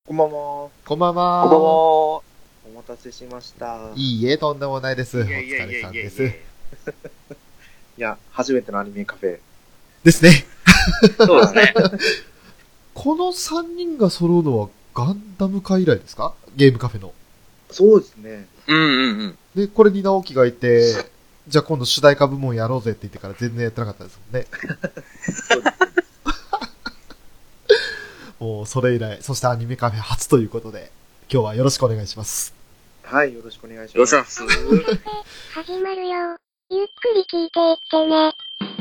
こんばんは。 こんばんは。 こんばんは。 お待たせしました。 いいえ、とんでもないです。おいやいやい疲れやいやいさんです。 いや、初めてのアニメカフェ。 ですね。 そうですね。 この3人が揃うのはガンダム会以来ですか？ゲームカフェの。 そうですね。 うんうんうん。 で、これに直樹がいて、じゃあ今度主題歌部門やろうぜって言ってから全然やってなかったですもんね。 そうです。 もうそれ以来、そしてアニメカフェ初ということで、今日はよろしくお願いします。 はい、よろしくお願いしよろます。 しくお願いします。 始まるよ。ゆっくり聞いていってね。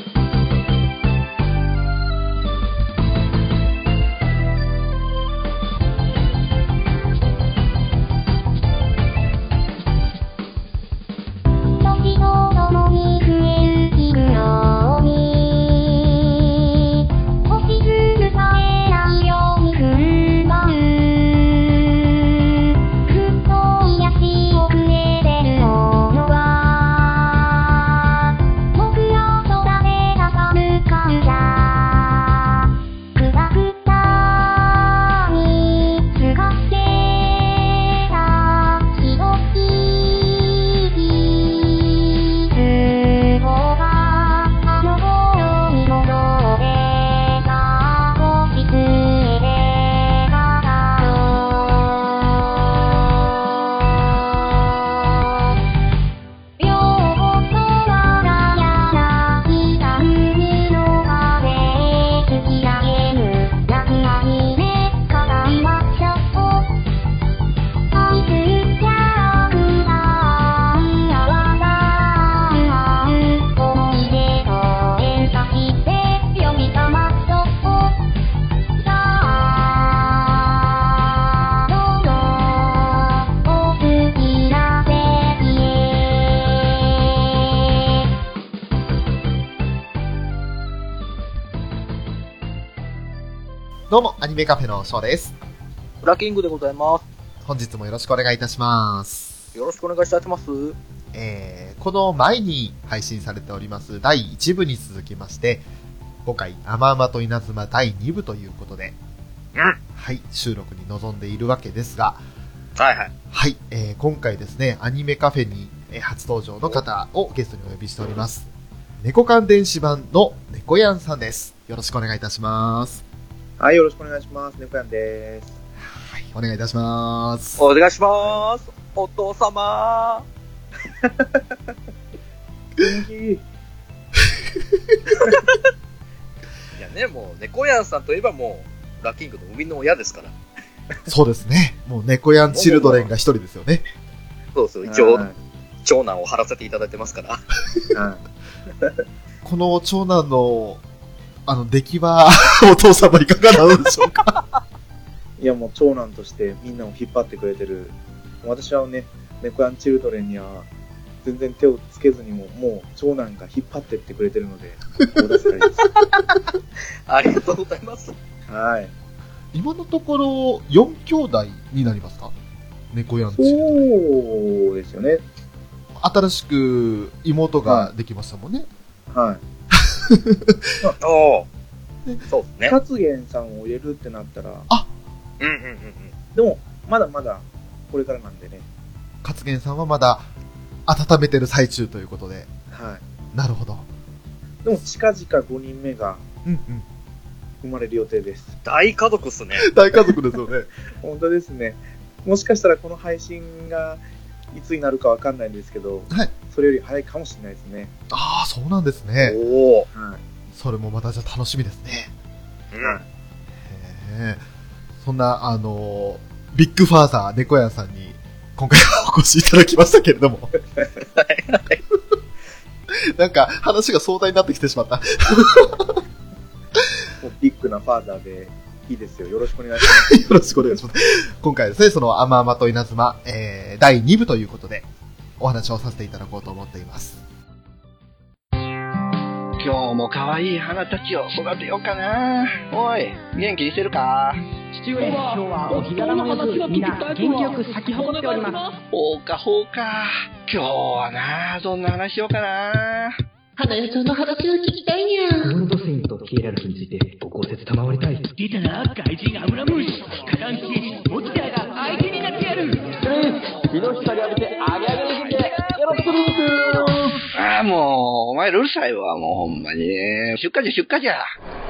時とともに増える日のように星屑さえないように踏ん張る。ふっと癒しをくれてるものは僕ら空で挟む感謝。くたくたにすがってたひとききつぼがあの頃に戻ってた星つえで語ろう。両方空がやらきた海の風へ突き上げる夏アニメ語りましょう。愛するキャラクターやわら思い出と連鎖して呼び覚まそう。さあどうぞお好きな席へ。 どうも、アニメカフェのショーです。 ブラキングでございま本日もよろしくお願いいたします。 す。よろしくお願いいたします。 この前に配信されております第1部に続きまして、今回、あまあまと稲妻第2部ということで、はい、収録に臨んでいるわけですが、 はいはい。 はい、今回ですね、アニメカフェに、初登場の方をゲストにお呼びしております。猫缶電子版の猫やんさんです。よろしくお願いいたします。 はい、よろしくお願いします。猫やんです。 はい、お願いいたします。 お願いします。お父様。 元気。 いやね、もう、猫やんさんといえばもう、ブラキングの生みの親ですから。 そうですね、もう猫やんチルドレンが一人ですよね。 そうですよ。一応は、 長男を張らせていただいてますから。 いはいこの長男の、出来は、お父様いかがなのでしょうか。 いや、もう長男としてみんなを引っ張ってくれてる。私はね、猫やんチルドレンには全然手をつけずにも、もう長男が引っ張ってってくれてるので、大助かりです。 ありがとうございます。 はい。 今のところ、4兄弟になりますか？猫やんチルドレン。 そうですよね。 新しく妹ができましたもんね。 はい。 おー。そうですね。 勝元さんを入れるってなったら、 うんうんうんうん。 でも、まだまだ、これからなんでね。 勝元さんはまだ、温めてる最中ということで。 はなるほど。 い。でも、近々5人目がうんうん。 生まれる予定です。 大家族っすね。 大家族ですよね。 本当ですね。もしかしたらこの配信が、いつになるかわかんないんですけど、 はい。 それより早いかもしれないですね。 ああ、そうなんですね。 おー。 はい。 それもまたじゃあ楽しみですね。 うん。 はい。 へえ。そんな、ビッグファーザー猫屋さんに、今回はお越しいただきましたけれども。なんか、話が壮大になってきてしまった。 もうビッグなファーザーでいいですよ。よろしくお願いします。 よろしくお願いします。今回はですね、その、あまあまと稲妻、第2部ということで、お話をさせていただこうと思っています。 今日も可愛い花たちを育てようかな。おい、元気にしてるか？ 父上、今日はお日柄もよく、みんな元気よく咲き誇っております。 ほうかほうか。今日はな、どんな話しようかな。 花屋さんの話を聞きたいにゃ。 ゴールドセインとヒエラルキーについてご講説賜りたい。 出たな、怪人アブラムシ。火山系に到着。 日の光浴びてアゲアゲにしてよろしくですああ、もう、お前らうるさいわ、もうほんまに。出荷じゃ。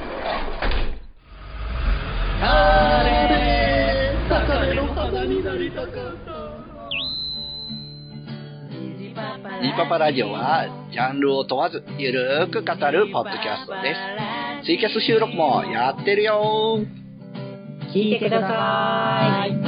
ニパパラジオはジャンルを問わずゆるーく語るポッドキャストです。ツイキャス収録もやってるよ。 聞いてください。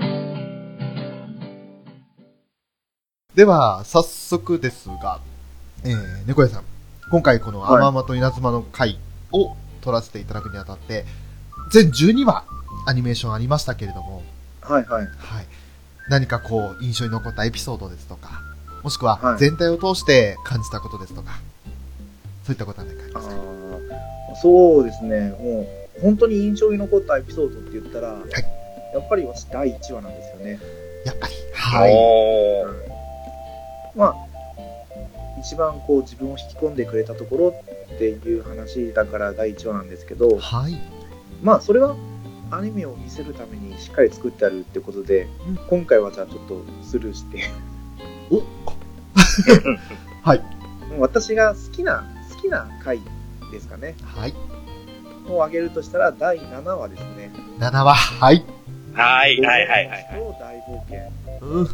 では、早速ですが、猫屋さん、今回このアマアマと稲妻の回を撮らせていただくにあたって、全12話アニメーションありましたけれども、 はいはい。 はい。何かこう、印象に残ったエピソードですとか、もしくははい全体を通して感じたことですとか、そういったことは何かありますか？ そうですね。もう、本当に印象に残ったエピソードって言ったら、やっぱり私第1話なんですよね。 やっぱり。はい。 おー。 まあ、一番こう自分を引き込んでくれたところっていう話だから第1話なんですけど、 はい。 まあそれはアニメを見せるためにしっかり作ってあるってことで、今回はじゃあちょっとスルーしておはい。 もう私が好きな回ですかね。 はい。 を挙げるとしたら第7話ですね。 7話。はい。 はい。 大冒険。 うん。 うん。 はい。もう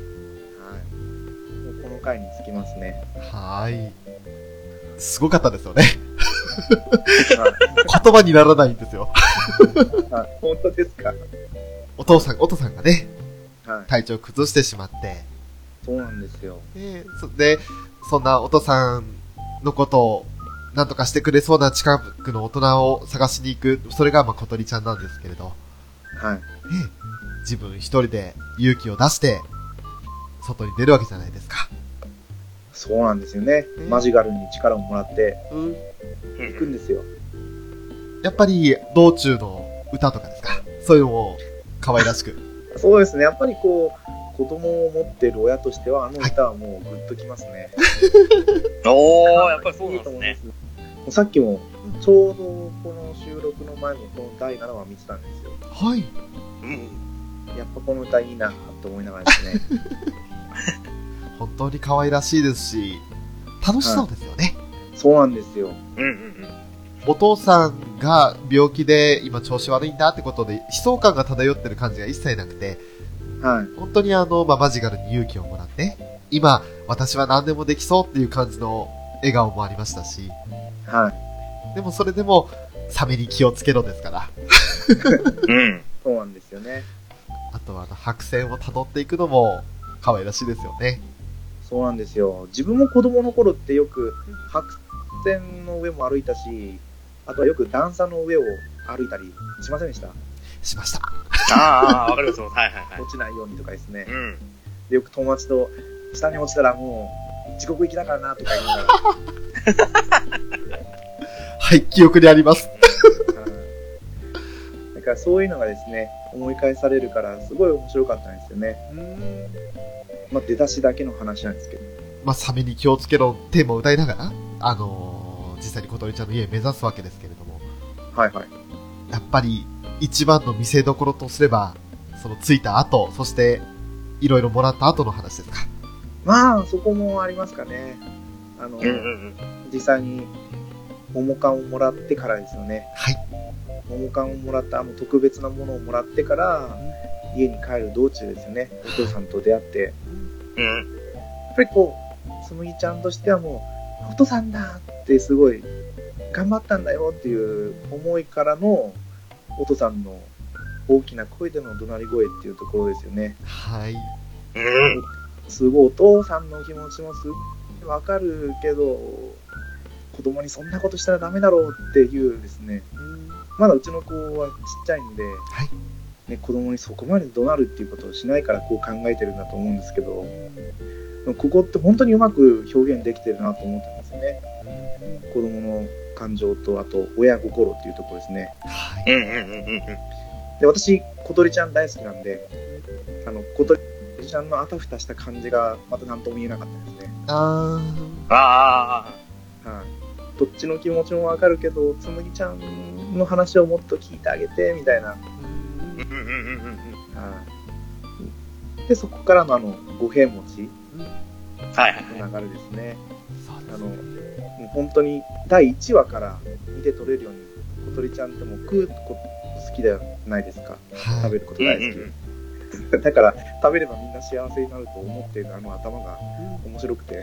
この回につきますね。 はい。すごかったですよね。 はい言葉にならないんですよ。 あ、本当ですか。 お父さんがね、 はい。 体調崩してしまって、 そうなんですよ。 で、そんなお父さんのことを、なんとかしてくれそうな近くの大人を探しに行く、それがまあ小鳥ちゃんなんですけれど、 はい。 自分一人で勇気を出して、外に出るわけじゃないですか。 そうなんですよね。マジガルに力をもらってうん。 行くんですよ。 やっぱり、道中の歌とかですか？そういうのも可愛らしく。 そうですね。やっぱりこう、子供を持ってる親としては、あの歌はもうグッときますね。 おー、やっぱりそうなんですね。 さっきも、ちょうどこの収録の前にこの第7話見てたんですよ。 はい。 うん。 やっぱこの歌いいなと思いながらですね。 本当に可愛らしいですし、楽しそうですよね。 そうなんですよ。 うんうんお父さんが病気で今調子悪いんだってことで、悲壮感が漂ってる感じが一切なくて、 はい。 本当にマジガルに勇気をもらって、今、私は何でもできそうっていう感じの笑顔もありましたし、 はい。 でもそれでも、サメに気をつけろですから。 うん。 そうなんですよね。 あとは白線を辿っていくのも、可愛らしいですよね。 そうなんですよ。自分も子供の頃ってよく白線の上も歩いたし、あとはよく段差の上を歩いたりしませんでした？ しました。 ああ、わかります。はいはいはい。 落ちないようにとかですね。 うん。 でよく友達と下に落ちたらもう地獄行きだからなとか言いながら。 はい、記憶にあります。 だからそういうのがですね、思い返されるからすごい面白かったんですよね。まあ出だしだけの話なんですけど。 まあ、サメに気をつけろテーマを歌いながら、実際に小鳥ちゃんの家を目指すわけですけれども、 はいはい。 やっぱり一番の見せどころとすれば、その着いた後、そしていろいろもらった後の話ですか。 まあそこもありますかね。 うんうんうん。 実際に桃缶をもらってからですよね。 はい。 桃缶をもらった特別なものをもらってから家に帰る道中ですよね。お父さんと出会って、 うん。 やっぱりこうつむぎちゃんとしてはもうお父さんだってすごい頑張ったんだよっていう思いからのお父さんの大きな声での怒鳴り声っていうところですよね。 はい。 うん。 すごいお父さんの気持ちもすごいわかるけど、子供にそんなことしたらダメだろうっていうですね、まだうちの子はちっちゃいので、 はいね、子供にそこまで怒鳴るっていうことをしないからこう考えてるんだと思うんですけど、ここって本当にうまく表現できてるなと思ってますね。子供の感情と、あと親心っていうところですね。 はい。 うんうんうんうん。 で、私小鳥ちゃん大好きなんで、小鳥ちゃんのあたふたした感じがまた何とも言えなかったですね。 ああはい。どっちの気持ちもわかるけど、つむぎちゃんの話をもっと聞いてあげてみたいな。 ー。うんうんうんうんうん。 はい。 で、そこからの五平餅はいはい。 の流れですね。 そうですもう本当に第1話から見て取れるように、小鳥ちゃんってもう食うこと好きじゃないですか。 はい食べること大好き。 うんうんだから、食べればみんな幸せになると思っている頭が面白くて。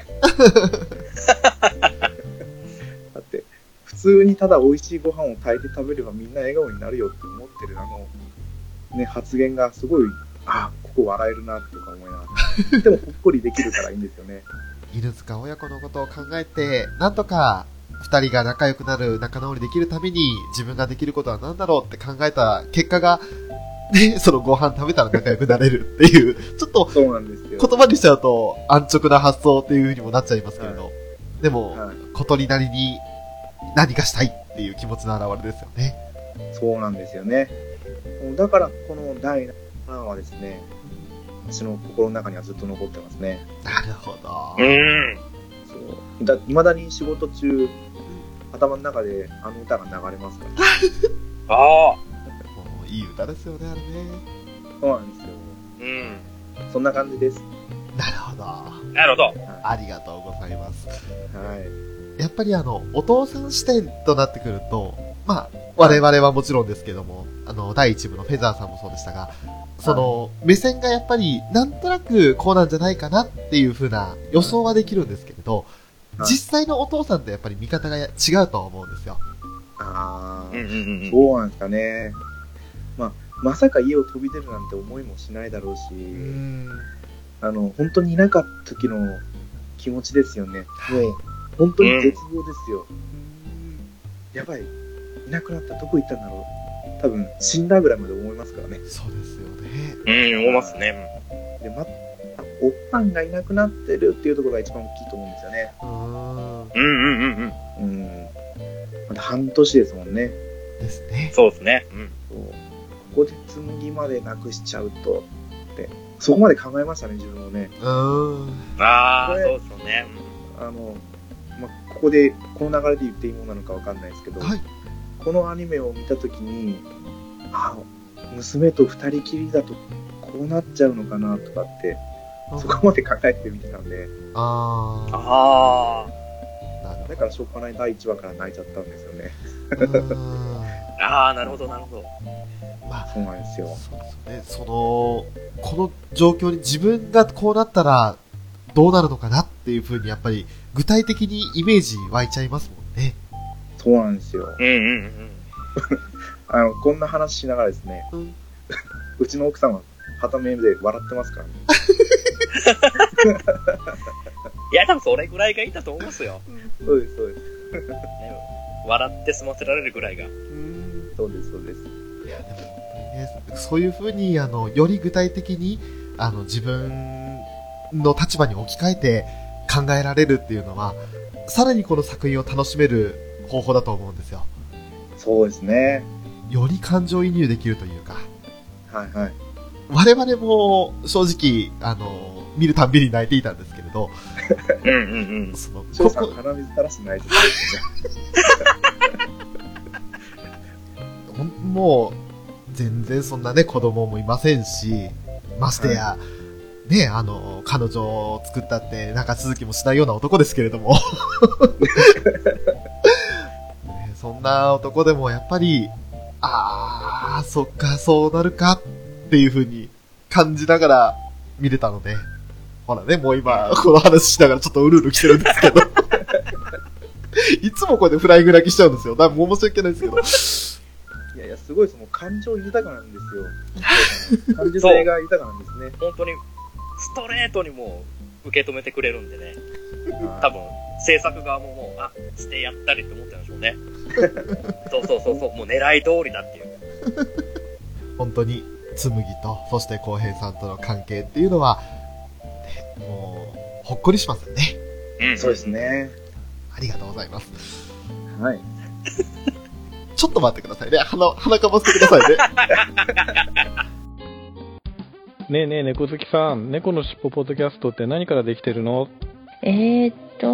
だって、普通にただ美味しいご飯を炊いて食べればみんな笑顔になるよって思ってるね、発言がすごい、ここ笑えるなとか思いながら。でもほっこりできるからいいんですよね。 犬塚親子のことを考えて、なんとか二人が仲良くなる、仲直りできるために自分ができることは何だろうって考えた結果が、ね、そのご飯食べたら仲良くなれるっていう、ちょっとそうなんですよ。 言葉にしちゃうと安直な発想っていう風にもなっちゃいますけれど、でも、 はい小鳥なりに何かしたいっていう気持ちの表れですよね。 そうなんですよね。だから、この第7話はですね、私の心の中にはずっと残ってますね。 なるほど。 そう。未だに仕事中、頭の中であの歌が流れますから。 ああ。 もういい歌ですよね、あれね。 そうなんですよ。 うん。 そんな感じです。 なるほど。 なるほど。 ありがとうございます。 はい。 やっぱりお父さん視点となってくると、まあ、我々はもちろんですけども、第一部のフェザーさんもそうでしたが、目線がやっぱり、なんとなくこうなんじゃないかなっていう風な予想はできるんですけれど、 はい実際のお父さんとやっぱり見方が違うとは思うんですよ。 ああ、 うんうんうん。 そうなんですかね。まさか家を飛び出るなんて思いもしないだろうし、本当にいなかった時の気持ちですよね。もう、本当に絶望ですよ。やばい。いなくなった。どこ行ったんだろう。多分、死んだぐらいまで思いますからね。 そうですよね。 うん、思いますね。 で、おっぱんがいなくなってるっていうところが一番大きいと思うんですよね。 うんうんうんうん。 うん。まだ半年ですもんね。 ですね。 そうですね。うん。 そうここで紬までなくしちゃうと、って、そこまで考えましたね、自分もね。 ああ、 これそうですよね。 ここで、この流れで言っていいものなのかわかんないですけど、 はい。 このアニメを見たときに、娘と二人きりだとこうなっちゃうのかなとかって、そこまで考えてみてたんで、 あああ。なるだからしょっぱない第1話から泣いちゃったんですよね。 ほど。 あ、なるほど、なるほど。 まあ、 そうなんですよ。 そうですね。この状況に自分がこうなったらどうなるのかなっていう風にやっぱり具体的にイメージ湧いちゃいますもんね。 そうなんですよ。 うんうんうん。 こんな話しながらですね、うちの奥さんは片目で笑ってますからね。 いや、多分それぐらいがいいんだと思いますよ。 そうです、そうです。 ね、笑って済ませられるぐらいが。 そうです、そうです。 いや、でも本当にね、そういう風に、より具体的に、自分の立場に置き換えて考えられるっていうのは、さらにこの作品を楽しめる方法だと思うんですよ。 そうですね。 より感情移入できるというか、 はいはい。 我々も正直、見るたんびに泣いていたんですけれど、 うんうんうん。 翔さん鼻水垂らして泣いてたんですよね。 もう、全然そんなね、子供もいませんし、ましてや、ね、彼女を作ったって中続きもしないような男ですけれども、ね、そんな男でもやっぱり、そっか、そうなるかっていう風に感じながら見れたので、ほらね、もう今、この話しながらちょっとうるうる来てるんですけど、いつもこうやってフライング泣きしちゃうんですよ。だから申し訳ないですけど。 いやいや、すごい感情豊かなんですよ。感受性が豊かなんですね。 本当に、ストレートにもう受け止めてくれるんでね。 はい多分、制作側ももう、してやったりって思ってるんでしょうね。そう、もう狙い通りだっていう。 本当に、紬と、そして浩平さんとの関係っていうのは、ね、もう、ほっこりしますよね。 うんそうです。ね。 ありがとうございます。 はい。 ちょっと待ってくださいね。鼻かませてくださいね。 ねえねえ、猫好きさん、猫のしっぽポッドキャストって何からできてるの？ 2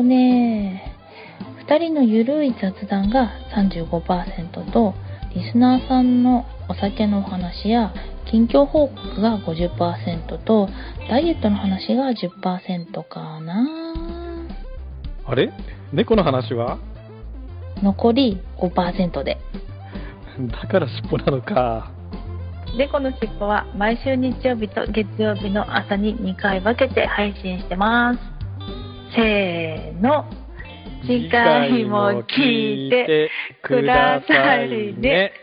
人のゆるい雑談が 35% と、リスナーさんのお酒のお話や近況報告が 50% と、ダイエットの話が 10% かな。 あれ猫の話は？ 残り 5% で。 だから尻尾なのか。 猫のしっぽは毎週日曜日と月曜日の朝に2回分けて配信してます。せーの。次回も聞いてくださいね。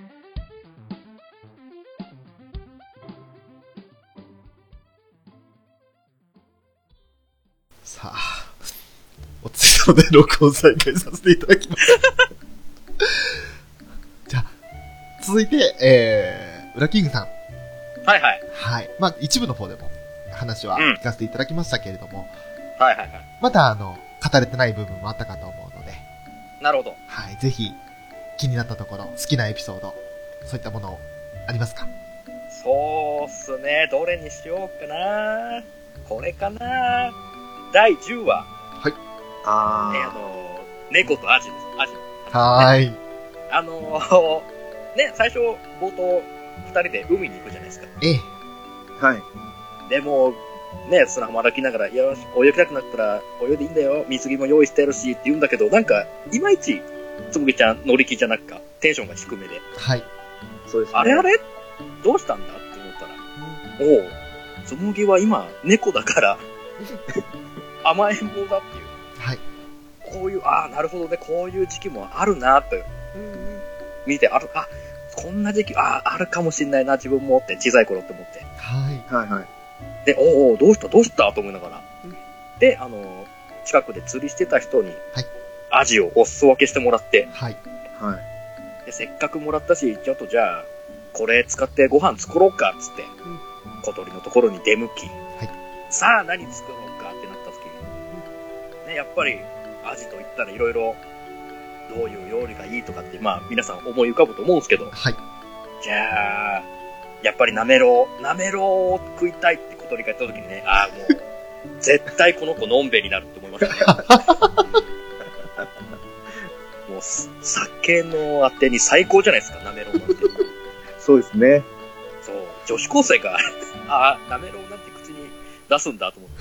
さあ、お疲れ様で録音再開させていただきます。じゃあ、続いて、ウラキングさん。 はいはい。 はい。まあ、一部の方でも話は聞かせていただきましたけれども、 はいはいはい。 まだ語れてない部分もあったかと思うので、 なるほど。 はい。ぜひ、気になったところ、好きなエピソード、そういったものありますか？ そうっすね。どれにしようかな。これかな。第10話。 はい。 猫とアジです。アジ。 はーい。 ね、最初、冒頭、二人で海に行くじゃないですか。 ええ。 はい。 でも、ね、砂浜歩きながら、よし、泳ぎたくなったら泳いでいいんだよ。水着も用意してやるしって言うんだけど、なんか、いまいち、つむぎちゃん乗り気じゃなくか、テンションが低めで。 はい。 そうですね。 あれどうしたんだって思ったら、おう、つむぎは今、猫だから、甘えん坊だっていう。 はい。 こういう、なるほどね、こういう時期もあるなと、見て、こんな時期、あるかもしんないな、自分もって、小さい頃って思って。 はい。 はいはい。 で、どうしたと思いながら。で、近くで釣りしてた人に、アジをお裾分けしてもらって、 はい。 はい。 で、せっかくもらったし、ちょっとじゃあ、これ使ってご飯作ろうか、つって、小鳥のところに出向き、さあ何作ろうかってなった時に、ね、やっぱり、アジと言ったらいろいろ、どういう料理がいいとかって、まあ、皆さん思い浮かぶと思うんですけど、 はい。 じゃあ、やっぱりなめろうを食いたいって小鳥が言った時にね、もう、絶対この子のんべになるって思いましたね。もう、酒のあてに最高じゃないですか、なめろうなんて。 そうですね。 そう、女子高生が、なめろうなんて口に出すんだと思って、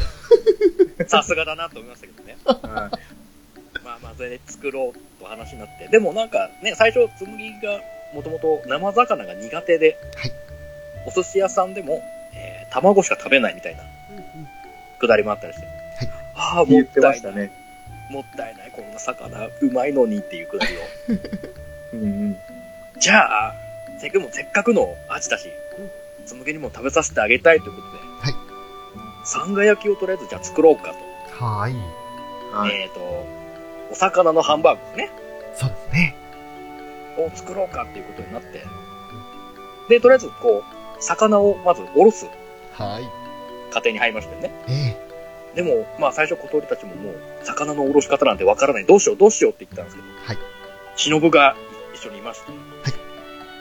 さすがだなと思いましたけどね。 はい。 まあ、それで作ろうと話になって。でもなんかね、最初、つむぎがもともと生魚が苦手で、 はい。 お寿司屋さんでも、卵しか食べないみたいな、くだりもあったりして。はい。も言ってったいない。 ましたね。 もったいない、こんな魚、うまいのにっていうくだりを。 うんうん。 じゃあ、せっかくのアジだし、つむぎにも食べさせてあげたいということで、 はい。 さんが焼きをとりあえずじゃあ作ろうかと。 はーい。 はい。 お魚のハンバーグですね。 そうですね。 を作ろうかっていうことになって。で、とりあえず、魚をまずおろすはい。 過程に入りましたよね。 ええ。 でも、まあ最初小鳥たちももう、魚のおろし方なんてわからない。どうしようって言ったんですけど。 はい。 忍が一緒にいまして。 はい。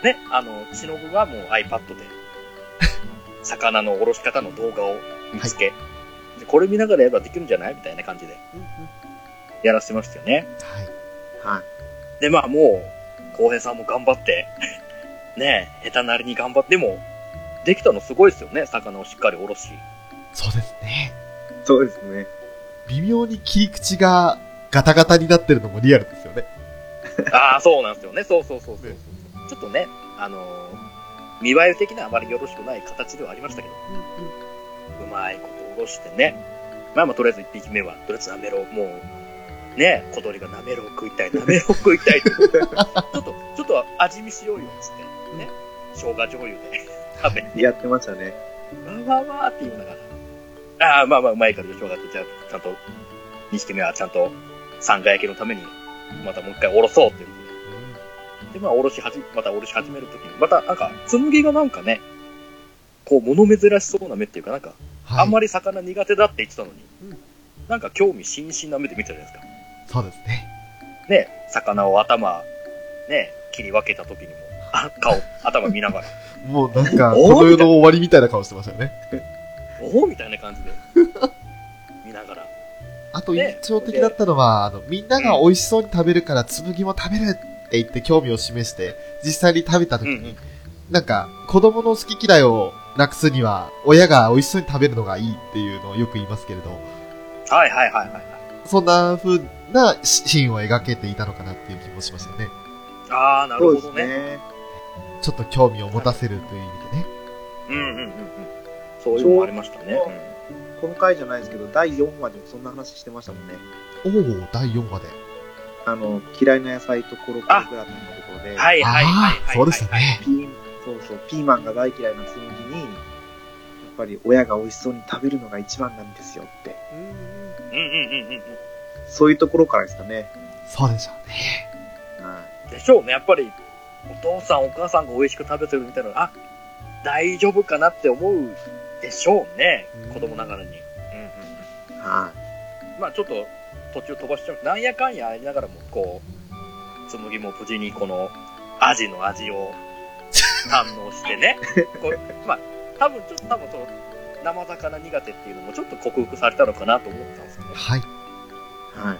ね、忍はもう iPad で、魚のおろし方の動画を見つけ、でこれ見ながらやればできるんじゃないみたいな感じで、やらせてましたよね。 はい。 で、まあもう、浩平さんも頑張って、ねえ、下手なりに頑張って、でも、できたのすごいですよね、魚をしっかりおろし。 そうですね。 そうですね。 微妙に切り口がガタガタになってるのもリアルですよね。 そうなんですよね。そう。ちょっとね、見栄え的にはあまりよろしくない形ではありましたけど、うまいことおろしてね。まあとりあえず1匹目は、とりあえずなめろう、もう、ね、小鳥がなめろう食いたいってちょっと味見しようよ、つって、ね、生姜醤油で食べて。 やってましたね。 わーって言いながら。まあうまいからでしょうがって、じゃあ、ちゃんと、2匹目はちゃんと、さんが焼きのために、またもう一回おろそうっていうことで。で、まあ、またおろし始めるときに、またなんか、つむぎがなんかね、物珍しそうな目っていうか、なんか、あんまり魚苦手だって言ってたのに、なんか興味津々な目で見てたじゃないですか。 そうですね。 ね、魚を切り分けたときにも、頭見ながら。 もうなんか、この世の終わりみたいな顔してましたよね。 みたいな感じで。見ながら。 あと印象的だったのは、みんなが美味しそうに食べるから、つむぎも食べるって言って興味を示して、実際に食べた時に、 なんか、子供の好き嫌いをなくすには、親が美味しそうに食べるのがいいっていうのをよく言いますけれど、 はいはいはいはい。 そんな風なシーンを描けていたのかなっていう気もしましたよね。 ああ、なるほどね。 ね。 ちょっと興味を持たせるという意味でね。 うんうんうんうん。そういうのもありましたね。 この回じゃないですけど、第4話でもそんな話してましたもんね。 おお、第4話で。 嫌いな野菜とコロコログラタンのところで、 はいはいはいはい。 そうでしたね。 そう、ピーマンが大嫌いな紬に、やっぱり親が美味しそうに食べるのが一番なんですよって。 うんうんうんうん。 そういうところからですかね。 そうでしょうね。 でしょうね。やっぱり、お父さんお母さんが美味しく食べてるみたいな、あ、大丈夫かなって思うでしょうね。子供ながらに。まあちょっと途中飛ばしちゃう。なんやかんやありながらも、こう、紬も無事にこのアジの味を堪能してね。こうまあ多分その生魚苦手っていうのもちょっと克服されたのかなと思ったんですけど。 はい。 はい。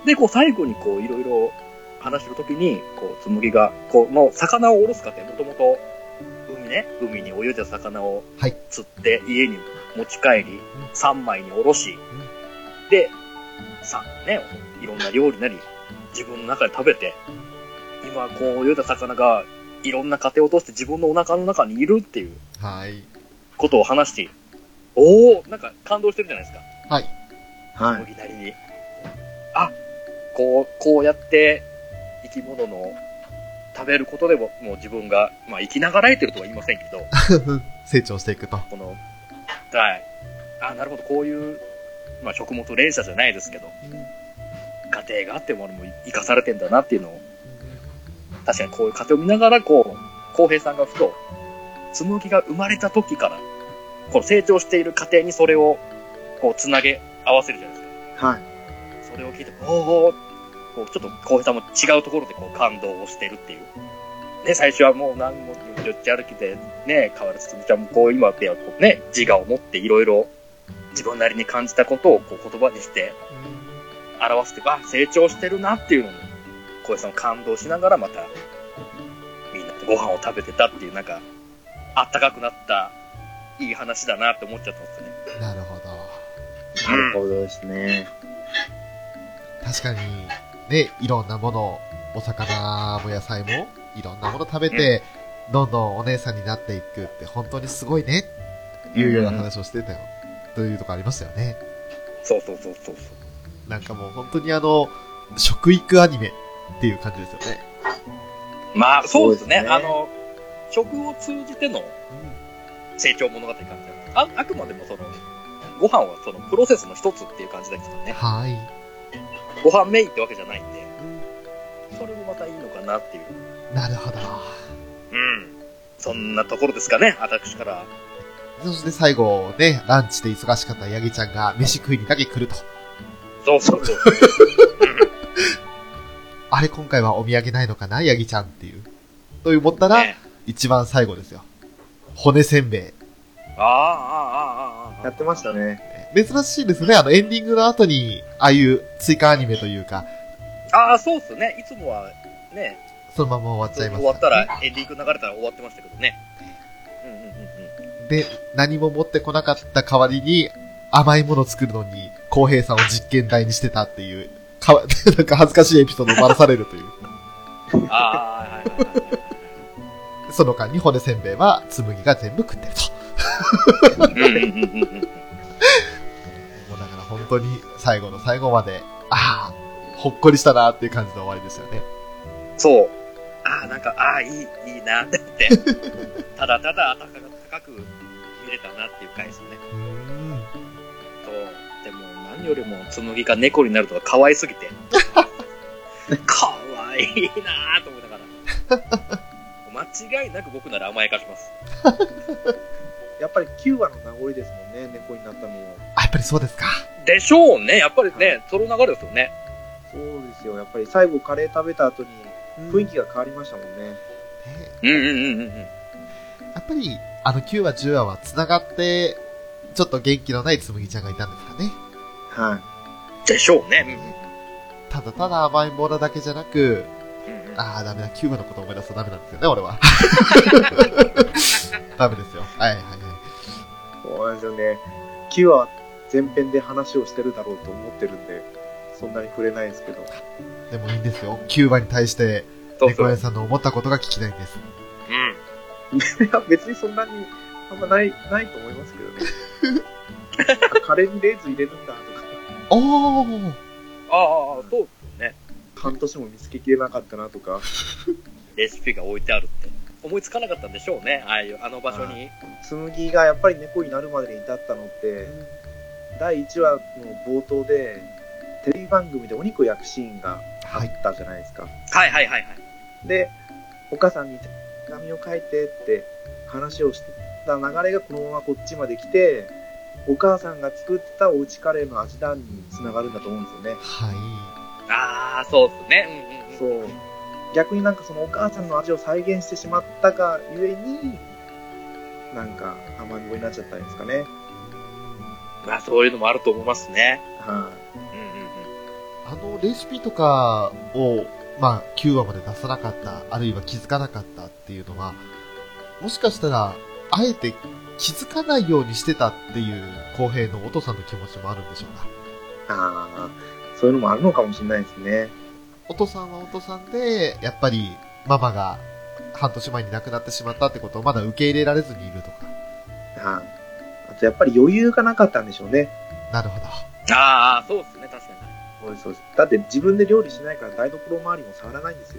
で、こう最後にこういろいろ話してるときに、こう紬が、この魚をおろす過程、もともと海に泳いだ魚を釣って家に持ち帰り、3枚におろし、で、いろんな料理なり、自分の中で食べて、今こう泳いだ魚がいろんな過程を通して自分のお腹の中にいるっていうことを話している。なんか感動してるじゃないですか。 はい。 紬なりに。あ、こうやって生き物の食べることでもう自分が、まあ生きながらえてるとは言いませんけど、 成長していくと。 はい。なるほど、こういう、まあ食物連鎖じゃないですけど、家庭があっても生かされてんだなっていうのを、確かにこういう家庭を見ながら、こう、浩平さんがふと、紬が生まれた時から、この成長している家庭にそれを、こう、つなげ合わせるじゃないですか。 はい。 それを聞いて、こう、ちょっと浩平さんも違うところでこう、感動をしてるっていう。ね、最初はもう何もよっち歩きで、ね、変わらずつむちゃんもこう、今ではこうね、自我を持っていろいろ、自分なりに感じたことをこう言葉にして、表して、成長してるなっていうのに、浩平さん感動しながらまた、みんなでご飯を食べてたっていう、なんか、あったかくなった、いい話だなって思っちゃったんですよね。 なるほど。 なるほどですね。 確かに、ね、いろんなもの、お魚も野菜も、いろんなもの食べて、どんどんお姉さんになっていくって本当にすごいね、っていうような話をしてたよ。というとこありましたよね。 そう。 なんかもう本当に食育アニメっていう感じですよね。 まあ、そうですね。食を通じての成長物語感じなんです。あくまでもご飯はプロセスの一つっていう感じですからね。 はい。 ご飯メインってわけじゃないんで、それもまたいいのかなっていう。 なるほど。 そんなところですかね、私から。 そして最後ね、ランチで忙しかったヤギちゃんが飯食いにだけ来ると。 そう。 あれ今回はお土産ないのかなヤギちゃんっていう。と思ったら、一番最後ですよ。骨せんべい。 やってましたね。 珍しいですね。エンディングの後に、ああいう追加アニメというか。 そうっすね。いつもはね、 そのまま終わっちゃいます、 終わったら、エンディング流れたら終わってましたけどね。 で、何も持ってこなかった代わりに、甘いものを作るのに、浩平さんを実験台にしてたっていう、なんか恥ずかしいエピソードをばらされるという。その間に骨せんべいは、紬が全部食ってると。もうだから本当に最後の最後まで、ほっこりしたなっていう感じの終わりですよね。 そう。なんか、いいなって思って。ただただ高く見れたなっていう回ですね。でも何よりも紬が猫になるとか可愛すぎて。可愛いなと思いながら。間違いなく僕なら甘やかします。 やっぱり9話の名残ですもんね、猫になったのも。 やっぱりそうですか。 でしょうね。やっぱりね、その流れですよね。 そうですよ。やっぱり最後カレー食べた後に雰囲気が変わりましたもんね。 やっぱり、9話、10話は繋がって、ちょっと元気のない紬ちゃんがいたんですかね。 でしょうね。 ただただ甘いものだけじゃなく、 ああ、ダメだ。キューバのこと思い出すとダメなんですよね、俺は。ダメですよ。はいはいはい。 そうなんですよね。キュアは前編で話をしてるだろうと思ってるんで、そんなに触れないですけど。 でもいいんですよ。キューバに対して、猫屋さんの思ったことが聞きたいんです。 いや、別にそんなにあんまないと思いますけどね。カレーにレーズン入れるんだとか。 おー。 ああ、そうですよね。 半年も見つけきれなかったなとか。 レシピが置いてあるって。思いつかなかったんでしょうね。あの場所に。 紬がやっぱり猫になるまでに至ったのって、第1話の冒頭で、テレビ番組でお肉を焼くシーンがあったじゃないですか。 はいはいはいはい。 で、お母さんに手紙を書いてって話をしてた流れがこのままこっちまで来て、お母さんが作ったおうちカレーの味談につながるんだと思うんですよね。 はい。 ああ、そうですね。 そう。逆になんかそのお母さんの味を再現してしまったがゆえに、なんか甘みになっちゃったんですかね。 まあそういうのもあると思いますね。 はい、 レシピとかを、まあ9話まで出さなかった、あるいは気づかなかったっていうのは、もしかしたら、あえて気づかないようにしてたっていう公平のお父さんの気持ちもあるんでしょうか。 ああ、そういうのもあるのかもしれないですね。 お父さんはお父さんで、やっぱりママが半年前に亡くなってしまったってことをまだ受け入れられずにいるとか。 あとやっぱり余裕がなかったんでしょうね。 なるほど。 ああ、そうですね、確かに。 そうですそうです。だって自分で料理しないから台所周りも触らないんですよ。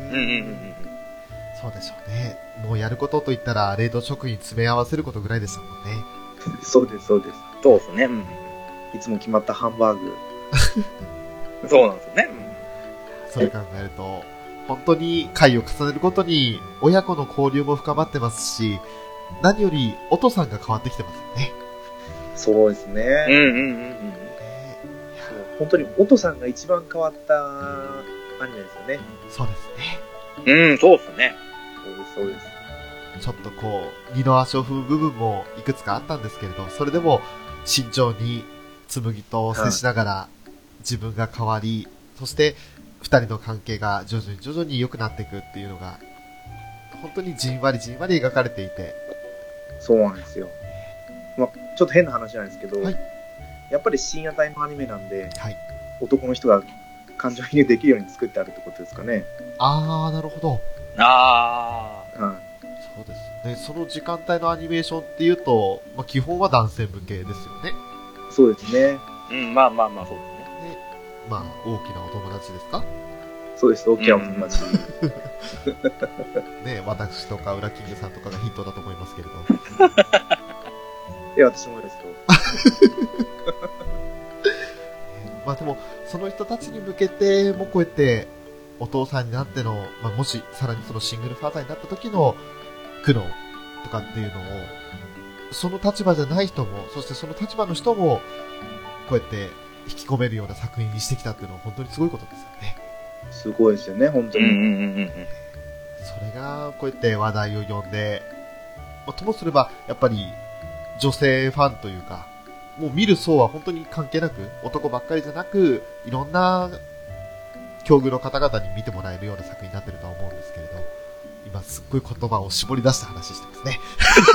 そうでしょうね。もうやることと言ったら冷凍食品詰め合わせることぐらいでしたもんね。 そうですそうです。 そうですね。 いつも決まったハンバーグ。 そうなんですよね。 それ考えると、本当に回を重ねるごとに親子の交流も深まってますし、何よりお父さんが変わってきてますよね。 そうですね。本当にお父さんが一番変わったアニメですよね。 そうですね。 そうですね。 そうですそうです。 ちょっとこう、二の足を踏む部分もいくつかあったんですけれど、それでも慎重に紬と接しながら自分が変わり、そして二人の関係が徐々に良くなっていくっていうのが、本当にじんわり描かれていて。 そうなんですよ。まあ、ちょっと変な話なんですけど、 はい、 やっぱり深夜帯のアニメなんで、 はい、 男の人が感情移入できるように作ってあるってことですかね。 あー、なるほど。そうですね。その時間帯のアニメーションっていうと、まあ、基本は男性向けですよね。 そうですね。 まあそうですね。 まあ、大きなお友達ですか？ そうです、大きなお友達。 ね、私とかウラキングさんとかがヒントだと思いますけれど。 いや、私もですよ。 まあでも、その人たちに向けてもこうやって、お父さんになっての、まあ、もしさらにそのシングルファーザーになった時の苦悩とかっていうのを、その立場じゃない人も、そしてその立場の人も、こうやって引き込めるような作品にしてきたっていうのは本当にすごいことですよね。 すごいですよね、本当に。 それが、こうやって話題を呼んで、ともすれば、やっぱり、女性ファンというか、もう見る層は本当に関係なく、男ばっかりじゃなく、いろんな、境遇の方々に見てもらえるような作品になってるとは思うんですけれど、今すっごい言葉を絞り出した話してますね。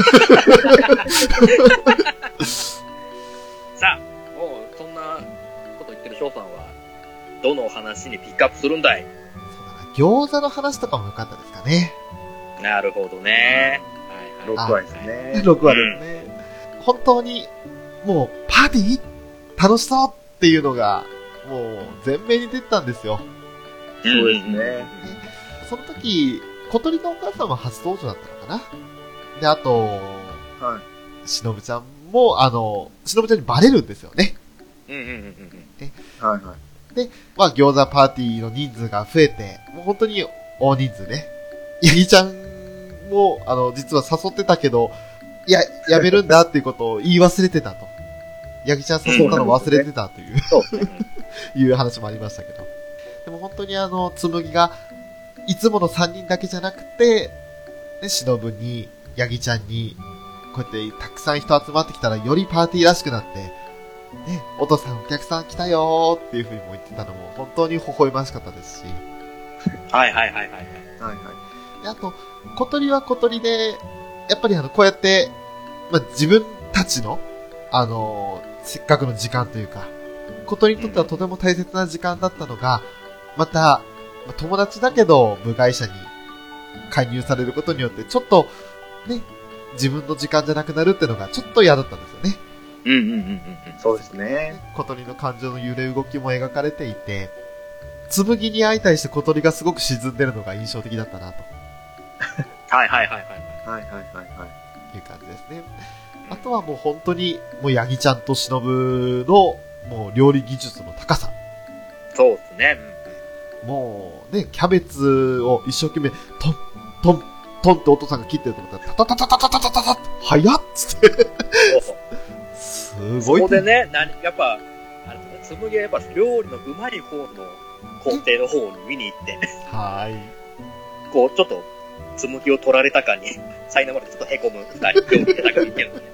さあ、もうそんなこと言ってる翔さんは、どの話にピックアップするんだい？ そうだな、餃子の話とかも良かったですかね。 なるほどね。 6話ですね。 6話ですね。本当に、もう、パーティー楽しそうっていうのが、もう、前面に出てたんですよ。 そうですね。 その時、小鳥のお母さんは初登場だったのかな。で、あと、 はい。 しのぶちゃんも、しのぶちゃんにバレるんですよね。 はいはい。 で、まあ、餃子パーティーの人数が増えて、もう本当に大人数ね。ヤギちゃんも、実は誘ってたけど、いや、やめるんだっていうことを言い忘れてたと。ヤギちゃん誘ったの忘れてたという、いう話もありましたけど。でも本当につむぎが、いつもの3人だけじゃなくて、ね、しのぶに、ヤギちゃんに、こうやってたくさん人集まってきたらよりパーティーらしくなって、ね、お父さんお客さん来たよーっていう風にも言ってたのも本当に微笑ましかったですし。 はいはいはいはい。 はいはい。 であと、小鳥は小鳥で、やっぱりこうやって、まあ、自分たちの、せっかくの時間というか、小鳥にとってはとても大切な時間だったのが、また、友達だけど部外者に介入されることによって、ちょっと、ね、自分の時間じゃなくなるっていうのがちょっと嫌だったんですよね。 うんうんうんうん。 そうですね。 小鳥の感情の揺れ動きも描かれていて、紬に相対して小鳥がすごく沈んでるのが印象的だったなと。 はいはいはいはい。 はいはいはいはいいう感じですね。あとはもう本当に、もうヤギちゃんと忍の、もう料理技術の高さ。 そうですね。 もうね、キャベツを一生懸命、トン、トン、トンってお父さんが切ってると思ったら、タタタタタタタタタ早っつって。 そうそう。 すごい。 そこでね、やっぱ、紬はやっぱ料理のうまい方の工程の方に見に行って、 はい。 こう、ちょっと、紬を取られたかに、苛まれてちょっと凹む二人、料理下手く言ってるのね。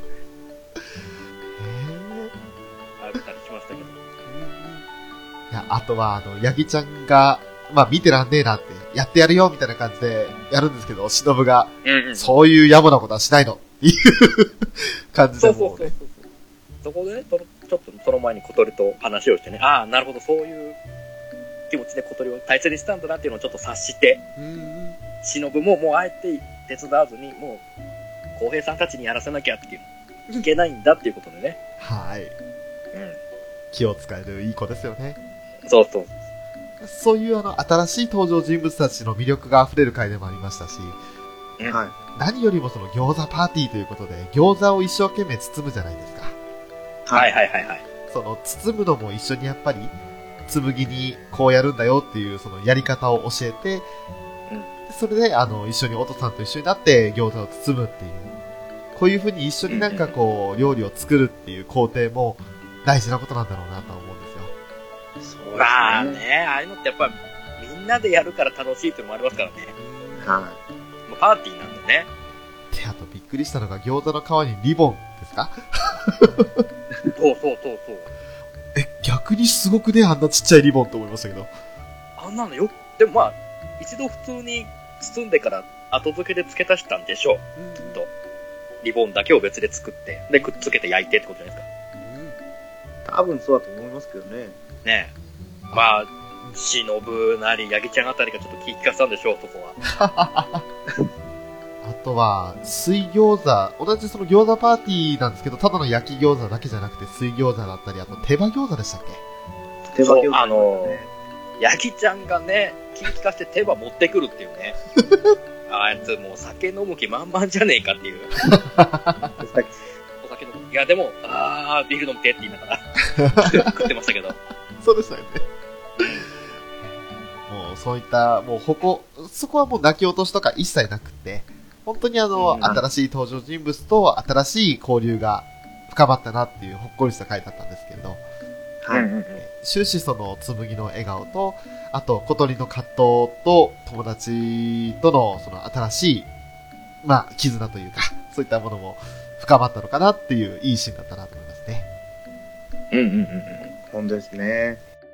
あったりしましたけど。 いや、あとは、ヤギちゃんが、まあ、見てらんねえなって、やってやるよみたいな感じでやるんですけど、忍が、そういう野暮なことはしないのっていう感じでもうね。 そこでね、ちょっとその前に小鳥と話をしてね、ああ、なるほど、そういう気持ちで小鳥を大切にしたんだなっていうのをちょっと察して、忍ももうあえて手伝わずに、もう、浩平さんたちにやらせなきゃっていう、いけないんだっていうことでね。 はい。気を使えるいい子ですよね。 そうそう。 そういう新しい登場人物たちの魅力が溢れる回でもありましたし、 はい。 何よりもその餃子パーティーということで、餃子を一生懸命包むじゃないですか。 はいはいはいはい。 その包むのも一緒にやっぱり、紬にこうやるんだよっていうそのやり方を教えて、それで一緒にお父さんと一緒になって餃子を包むっていう、こういう風に一緒になんかこう料理を作るっていう工程も大事なことなんだろうなと思うんですよ。 そうですね。まあね、ああいうのってやっぱみんなでやるから楽しいっていうのもありますからね。 はい。 もうパーティーなんでね。 で、あとびっくりしたのが餃子の皮にリボンですか？ そう。 逆にすごくね、あんなちっちゃいリボンと思いましたけど。 あんなのよ、でもまあ、一度普通に包んでから後付けで付け足したんでしょう。きっと。リボンだけを別で作って、で、くっつけて焼いてってことじゃないですか。 多分そうだと思いますけどね。 ねえ。まあ、忍なり、ヤギちゃんあたりがちょっと気利かせたんでしょう、そこは。 あとは、水餃子、同じその餃子パーティーなんですけど、ただの焼き餃子だけじゃなくて水餃子だったり、あと手羽餃子でしたっけ？ 手羽餃子、 ね。ヤギちゃんがね、気利かせて手羽持ってくるっていうね。あいつもう酒飲む気満々じゃねえかっていう。お酒飲む。いやでも、ビール飲むてって言いながら食ってましたけど。 そうでしたよね。もうそういった、もうそこはもう泣き落としとか一切なくて、本当に新しい登場人物と新しい交流が深まったなっていうほっこりした回だったんですけれど、 はい。 終始その紬の笑顔と、あと小鳥の葛藤と友達とのその新しい、まあ、絆というか、そういったものも深まったのかなっていういいシーンだったなと思いますね。 本当ですね。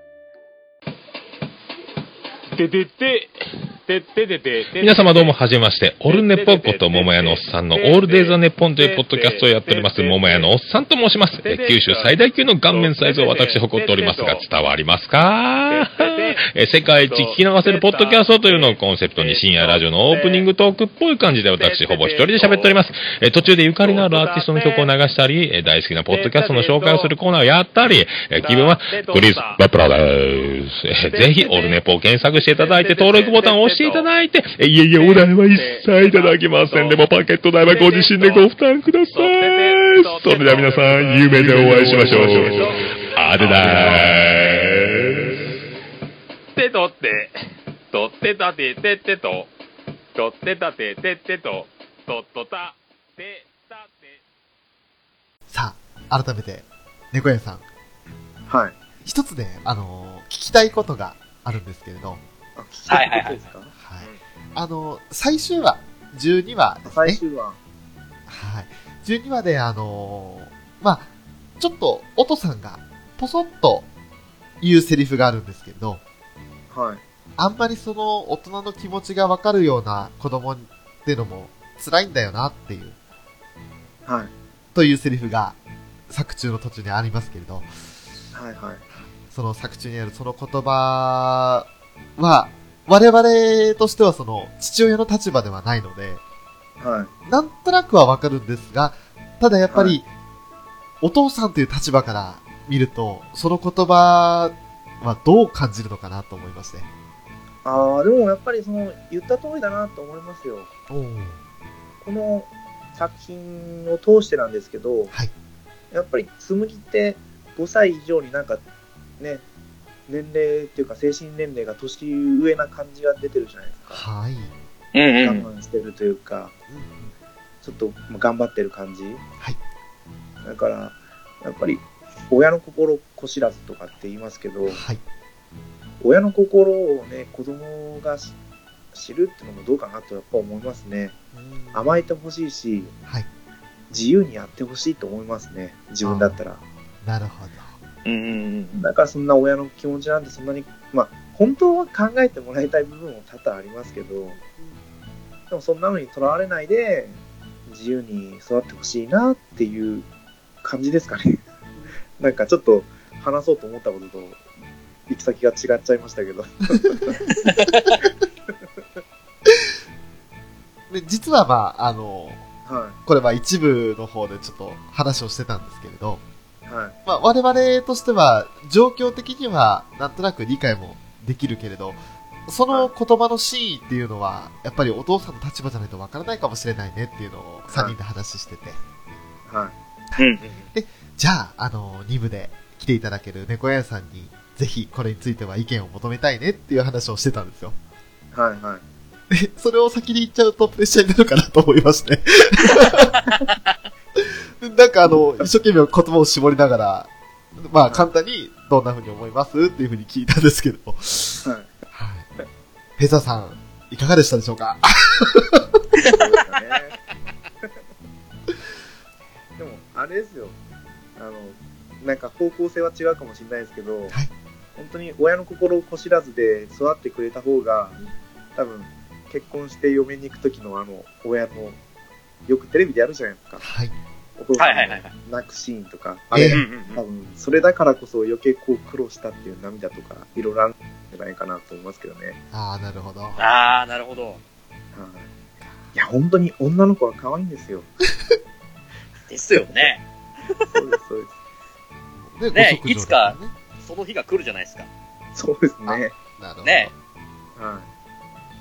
皆様どうもはじめまして、オルネポこと桃屋のおっさんのオールデイザネポンというポッドキャストをやっております桃屋のおっさんと申します。九州最大級の顔面サイズを私誇っておりますが伝わりますか？世界一聞き流せるポッドキャストというのをコンセプトに深夜ラジオのオープニングトークっぽい感じで私ほぼ一人で喋っております。途中でゆかりのあるアーティストの曲を流したり、大好きなポッドキャストの紹介をするコーナーをやったり、気分はクリス・バプラです。ぜひオルネポを検索していただいて登録ボタンを押していただいて、いえいえ、お代は一切いただきません。でもパケット代はご自身でご負担ください。それでは皆さん、夢でお会いしましょう。あでだーす。てとって、とってたててってと、とってたててってと、とっとたてたて。 さあ、改めて、猫屋さん。 はい。 一つね、聞きたいことがあるんですけれど、 はい。 最終話、12話ですね。 最終話。 はい。12話で、まあ、ちょっと、おとさんが、ポソッと言うセリフがあるんですけれど、 はい。 あんまりその大人の気持ちがわかるような子供っていうのも辛いんだよなっていう、 はい。 というセリフが作中の途中にありますけれど、 はいはい。 その作中にあるその言葉は、我々としてはその父親の立場ではないので、 はい。 なんとなくはわかるんですが、ただやっぱり、お父さんという立場から見ると、その言葉はどう感じるのかなと思いまして。 ああ、でもやっぱりその言った通りだなと思いますよ。この作品を通してなんですけど、 はい、 やっぱり紬って5歳以上になんかね、年齢っていうか精神年齢が年上な感じが出てるじゃないですか。 はい。 我慢してるというか、ちょっと頑張ってる感じ。 はい。 だからやっぱり親の心子知らずとかって言いますけど、 はい、 親の心をね子供が知るっていうのもどうかなとやっぱ思いますね。甘えてほしいし、 はい、 自由にやってほしいと思いますね、自分だったら。 なるほど。 だからそんな親の気持ちなんてそんなに、まあ本当は考えてもらいたい部分も多々ありますけど、でもそんなのにとらわれないで自由に育ってほしいなっていう感じですかね。なんかちょっと話そうと思ったことと行き先が違っちゃいましたけど。 で実はまあはい、 これは一部の方でちょっと話をしてたんですけれど、 はい、 まあ、我々としては状況的にはなんとなく理解もできるけれど、その言葉の真意っていうのはやっぱりお父さんの立場じゃないとわからないかもしれないねっていうのを3人で話してて、 はい 、でじゃあ2部で来ていただける猫屋さんにぜひこれについては意見を求めたいねっていう話をしてたんですよ。 はいはい。 でそれを先に言っちゃうとプレッシャーになるかなと思いましてなんか一生懸命言葉を絞りながら、まあ簡単にどんな風に思いますっていう風に聞いたんですけど、はい。ペザさん、いかがでしたでしょうか？ そうですかね。でも、あれですよ。なんか方向性は違うかもしれないですけど、はい、本当に親の心をこしらずで育ってくれた方が、多分、結婚して嫁に行く時の親の、よくテレビでやるじゃないですか。 はい。 お父さんの泣くシーンとか、あれ、多分、それだからこそ余計こう苦労したっていう涙とか、いろいろあるんじゃないかなと思いますけどね。 ああ、なるほど。 ああ、なるほど。 いや、本当に女の子は可愛いんですよ。 ですよね。 そうです、そうです。ね、いつか、その日が来るじゃないですか。 そうですね。 なるほど。 ね。 はい。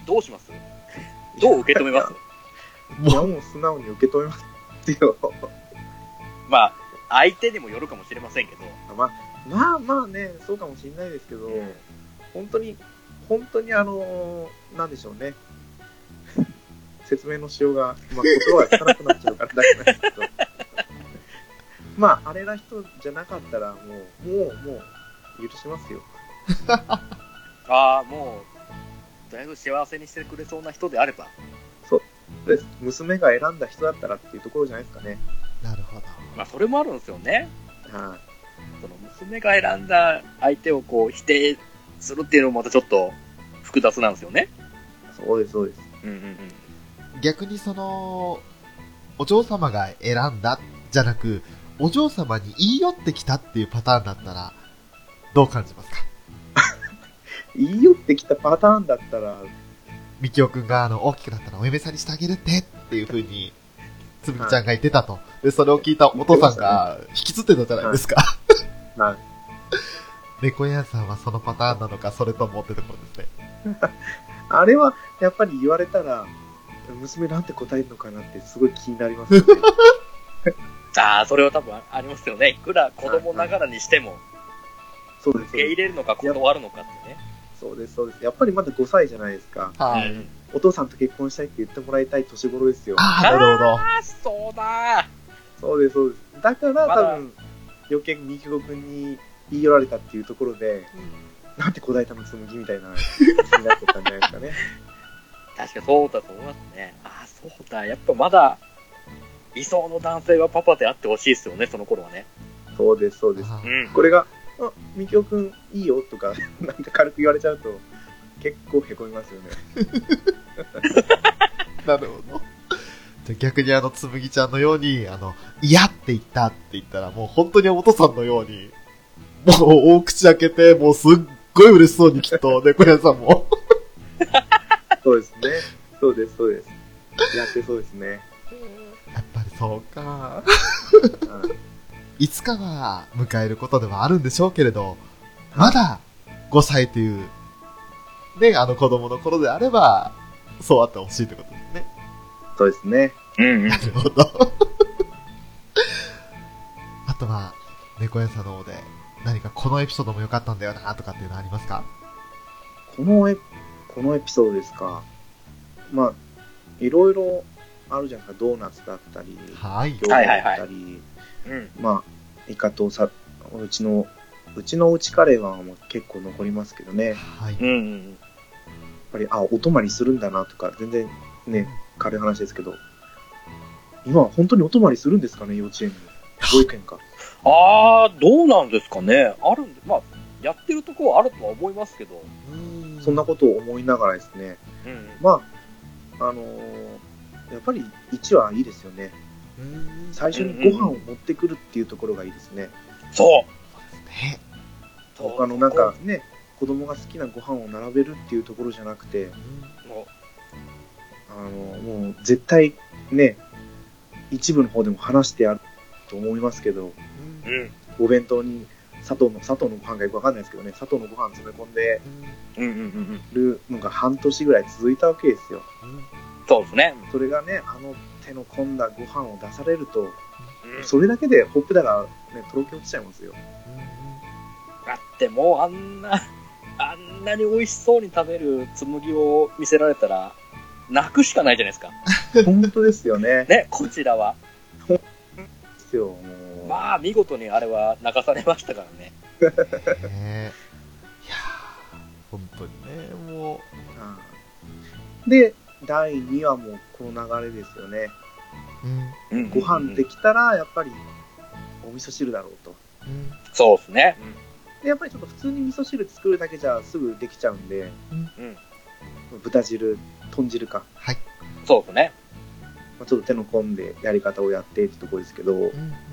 どうします？どう受け止めます？ いや、もう素直に受け止めますよ。 まあ、相手にもよるかもしれませんけど。 まあね、そうかもしれないですけど、本当になんでしょうね。説明のしようが、言葉がつかなくなっちゃうから大丈夫なんですけど。まあ、あれな人じゃなかったら、もう、許しますよ。 ああ、もう、だいぶ幸せにしてくれそうな人であれば。 そうです。娘が選んだ人だったらっていうところじゃないですかね。 なるほど。 まあ、それもあるんですよね。 はい。 その娘が選んだ相手をこう否定するっていうのもまたちょっと複雑なんですよね。 そうです、そうです。 逆にお嬢様が選んだじゃなく、お嬢様に言い寄ってきたっていうパターンだったら、どう感じますか？ 言い寄ってきたパターンだったら、 みきおくんが大きくなったらお嫁さんにしてあげるっていう風に、つむぎちゃんが言ってたと。で、それを聞いたお父さんが引きつってたじゃないですか。 はい。 猫屋さんはそのパターンなのか、それともってところですね。 あれは、やっぱり言われたら、娘なんて答えるのかなってすごい気になりますよね。 ああ、それは多分ありますよね。いくら子供ながらにしても、 そうです。 受け入れるのか断るのかってね。 そうです、そうです。やっぱりまだ5歳じゃないですか。 はい。 お父さんと結婚したいって言ってもらいたい年頃ですよ。 ああ、なるほど。 ああ、そうだ。 そうです、そうです。だから、多分、余計にみきこくんに言い寄られたっていうところで、なんて答えたの紬みたいな気になってたんじゃないですかね。 確かそうだと思いますね。ああ、そうだ。やっぱまだ、理想の男性はパパであってほしいですよね、その頃はね。 そうです、そうです。これが、みきおくんいいよとか、なんか軽く言われちゃうと、 結構へこみますよね。 なるほど。じゃあ逆につむぎちゃんのように、嫌って言ったって言ったら、もう本当にお父さんのように、もう大口開けて、もうすっごい嬉しそうにきっと、猫屋さんも。 そうですね。そうです、そうです。やってそうですね。 やっぱりそうか。いつかは迎えることではあるんでしょうけれど、まだ5歳という、ね、子供の頃であれば、そうあってほしいってことですね。 そうですね。 なるほど。あとは、猫屋さんの方で、何かこのエピソードも良かったんだよなとかっていうのありますか？ このエピソードですか。まあ、いろいろあるじゃないですか。ドーナツだったり、 はい。 餃子だったり、まあ、イカとうちのうちカレーはもう結構残りますけどね。 はい。 やっぱり、お泊まりするんだなとか、全然ね、軽い話ですけど、今本当にお泊まりするんですかね、幼稚園に。保育園か。 どうなんですかね。あるんで、まあ、やってるとこはあるとは思いますけど。 そんなことを思いながらですね。まあ、やっぱり1はいいですよね。最初にご飯を持ってくるっていうところがいいですね。 そうなんかね、子供が好きなご飯を並べるっていうところじゃなくて、もう絶対ね、一部の方でも話してやると思いますけど、お弁当に砂糖のご飯がよくわかんないですけどね、砂糖のご飯詰め込んでるのが半年ぐらい続いたわけですよ。 そうですね。 それがね、手の込んだご飯を出されると、それだけでほっぺたがね、とろけ落ちちゃいますよ。 だってもうあんなに美味しそうに食べる紬を見せられたら、泣くしかないじゃないですか。 本当ですよね。 ね、こちらは。 ですよ、もう。 まあ、見事にあれは泣かされましたからね。 いやー、本当にね、もう。で、第2話もこの流れですよね。ご飯できたら、やっぱり、お味噌汁だろうと。 そうですね。 で、やっぱりちょっと普通に味噌汁作るだけじゃすぐできちゃうんで、豚汁、豚汁か。 はい。そうですね。 ちょっと手の込んでやり方をやってってところですけど、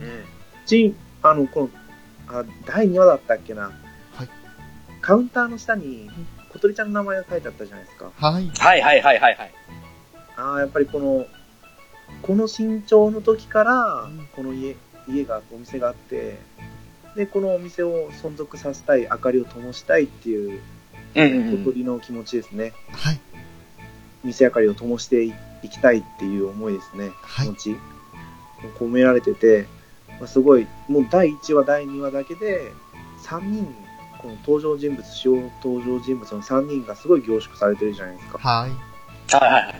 第2話だったっけな、はい、カウンターの下に小鳥ちゃんの名前が書いてあったじゃないですか。 はい。 はいはいはいはいはい。 やっぱりこの身長の時から、この家が、お店があって、で、このお店を存続させたい、明かりを灯したいっていう、小鳥の気持ちですね。 はい。 店明かりを灯していきたいっていう思いですね。気持ち。込められてて、すごい、もう第1話、第2話だけで、3人、この主要登場人物の3人がすごい凝縮されてるじゃないですか。 はい。 はいはいはい。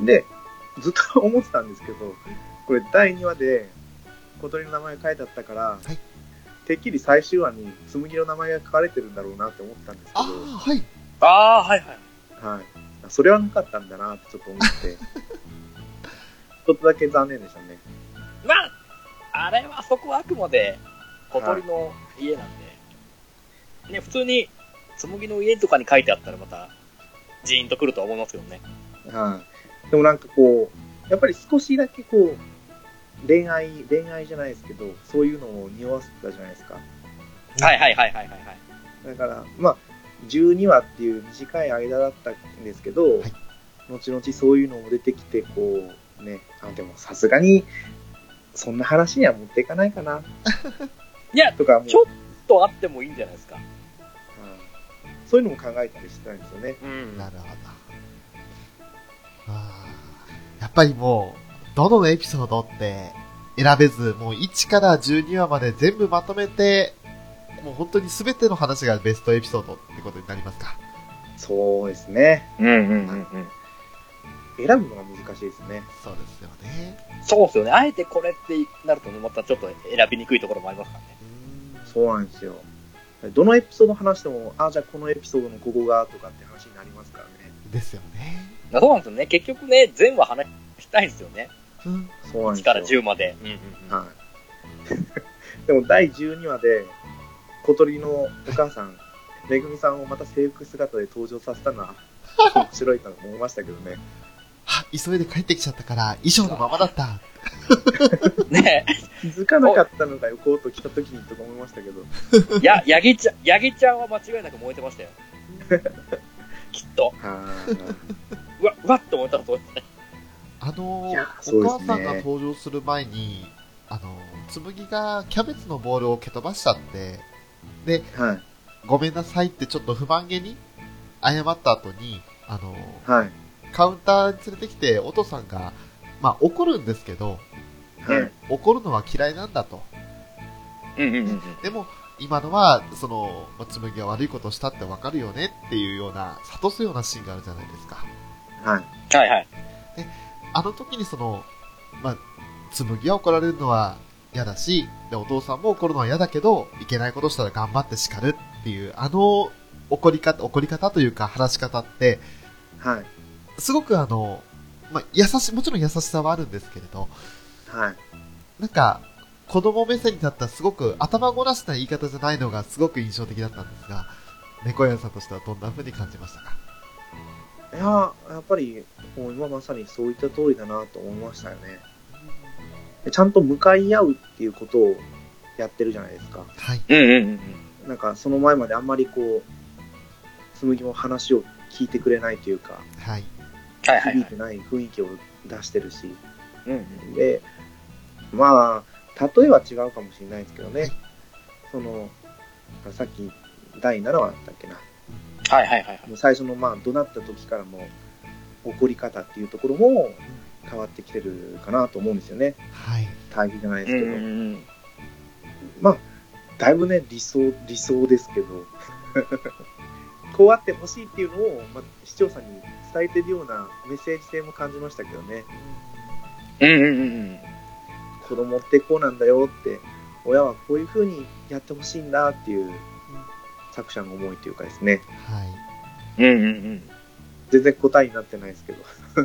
で、ずっと思ってたんですけど、これ第2話で小鳥の名前が書いてあったから、はい、てっきり最終話に紬の名前が書かれてるんだろうなって思ったんですけど、 はい。 はいはい。 はい。それはなかったんだなってちょっと思って、ちょっとだけ残念でしたね。 まあ、あれはそこはあくまで小鳥の家なんで、ね、普通に紬の家とかに書いてあったらまたジーンとくるとは思いますけどね。 はい。でもなんかこう、やっぱり少しだけこう、恋愛じゃないですけど、そういうのを匂わせてたじゃないですか。 はいはいはいはいはい。 だから、まあ、12話っていう短い間だったんですけど、はい、後々そういうのも出てきて、こう、ね、でもさすがに、そんな話には持っていかないかな。 いや、とかちょっとあってもいいんじゃないですか。 そういうのも考えたりしてたんですよね。 なるほど。やっぱりもう、どのエピソードって選べず、もう1から12話まで全部まとめて、もう本当に全ての話がベストエピソードってことになりますか？ そうですね。選ぶのが難しいですね。 そうですよね。 そうですよね。あえてこれってなるとまたちょっと選びにくいところもありますからね。 そうなんですよ。どのエピソード話しても、じゃあこのエピソードのここがとかって話になりますからね。 ですよね。 そうなんですよね。結局ね、全話話したいんですよね。 そうなんですよ。 1から10まで。 はい。でも第12話で、小鳥のお母さん、 めぐみさんをまた制服姿で登場させたのは面白いかと思いましたけどね。 は、急いで帰ってきちゃったから衣装のままだった。 ね気づかなかったのがよ、コート着た時にとか思いましたけど。 ヤギちゃんは間違いなく燃えてましたよ。きっと。うわっと思ったらそうですね。 お母さんが登場する前に、紬がキャベツのボールを蹴飛ばしちゃって、で、 はい、 ごめんなさいってちょっと不満げに謝った後に、 はい、 カウンターに連れてきて、お父さんが、まあ怒るんですけど、 はい、 怒るのは嫌いなんだと。でも、今のは、紬が悪いことをしたってわかるよねっていうような、諭すようなシーンがあるじゃないですか。 はい。 はいはい。 で、あの時にまあ、紬は怒られるのは嫌だし、で、お父さんも怒るのは嫌だけど、いけないことしたら頑張って叱るっていう、怒り方というか話し方って、 はい。 すごくまあ、もちろん優しさはあるんですけれど、 はい。 なんか、子供目線になったらすごく頭ごなしな言い方じゃないのがすごく印象的だったんですが、猫屋さんとしてはどんな風に感じましたか？ いや、やっぱり、もう今まさにそういった通りだなと思いましたよね。ちゃんと向かい合うっていうことをやってるじゃないですか。 はい。 なんかその前まであんまりこう、紬も話を聞いてくれないというか、 はい。 響いてない雰囲気を出してるし、で、まあ、例えは違うかもしれないですけどね、さっき第7話だったっけな。最初のまあ怒鳴った時からの怒り方っていうところも変わってきてるかなと思うんですよね。 はい。 対比じゃないですけど。まあ、だいぶね、理想ですけど、こうあってほしいっていうのを、まあ、視聴者に伝えてるようなメッセージ性も感じましたけどね。子供ってこうなんだよって、親はこういう風にやってほしいんだっていう作者の思いというかですね。 はい。 全然答えになってないですけど。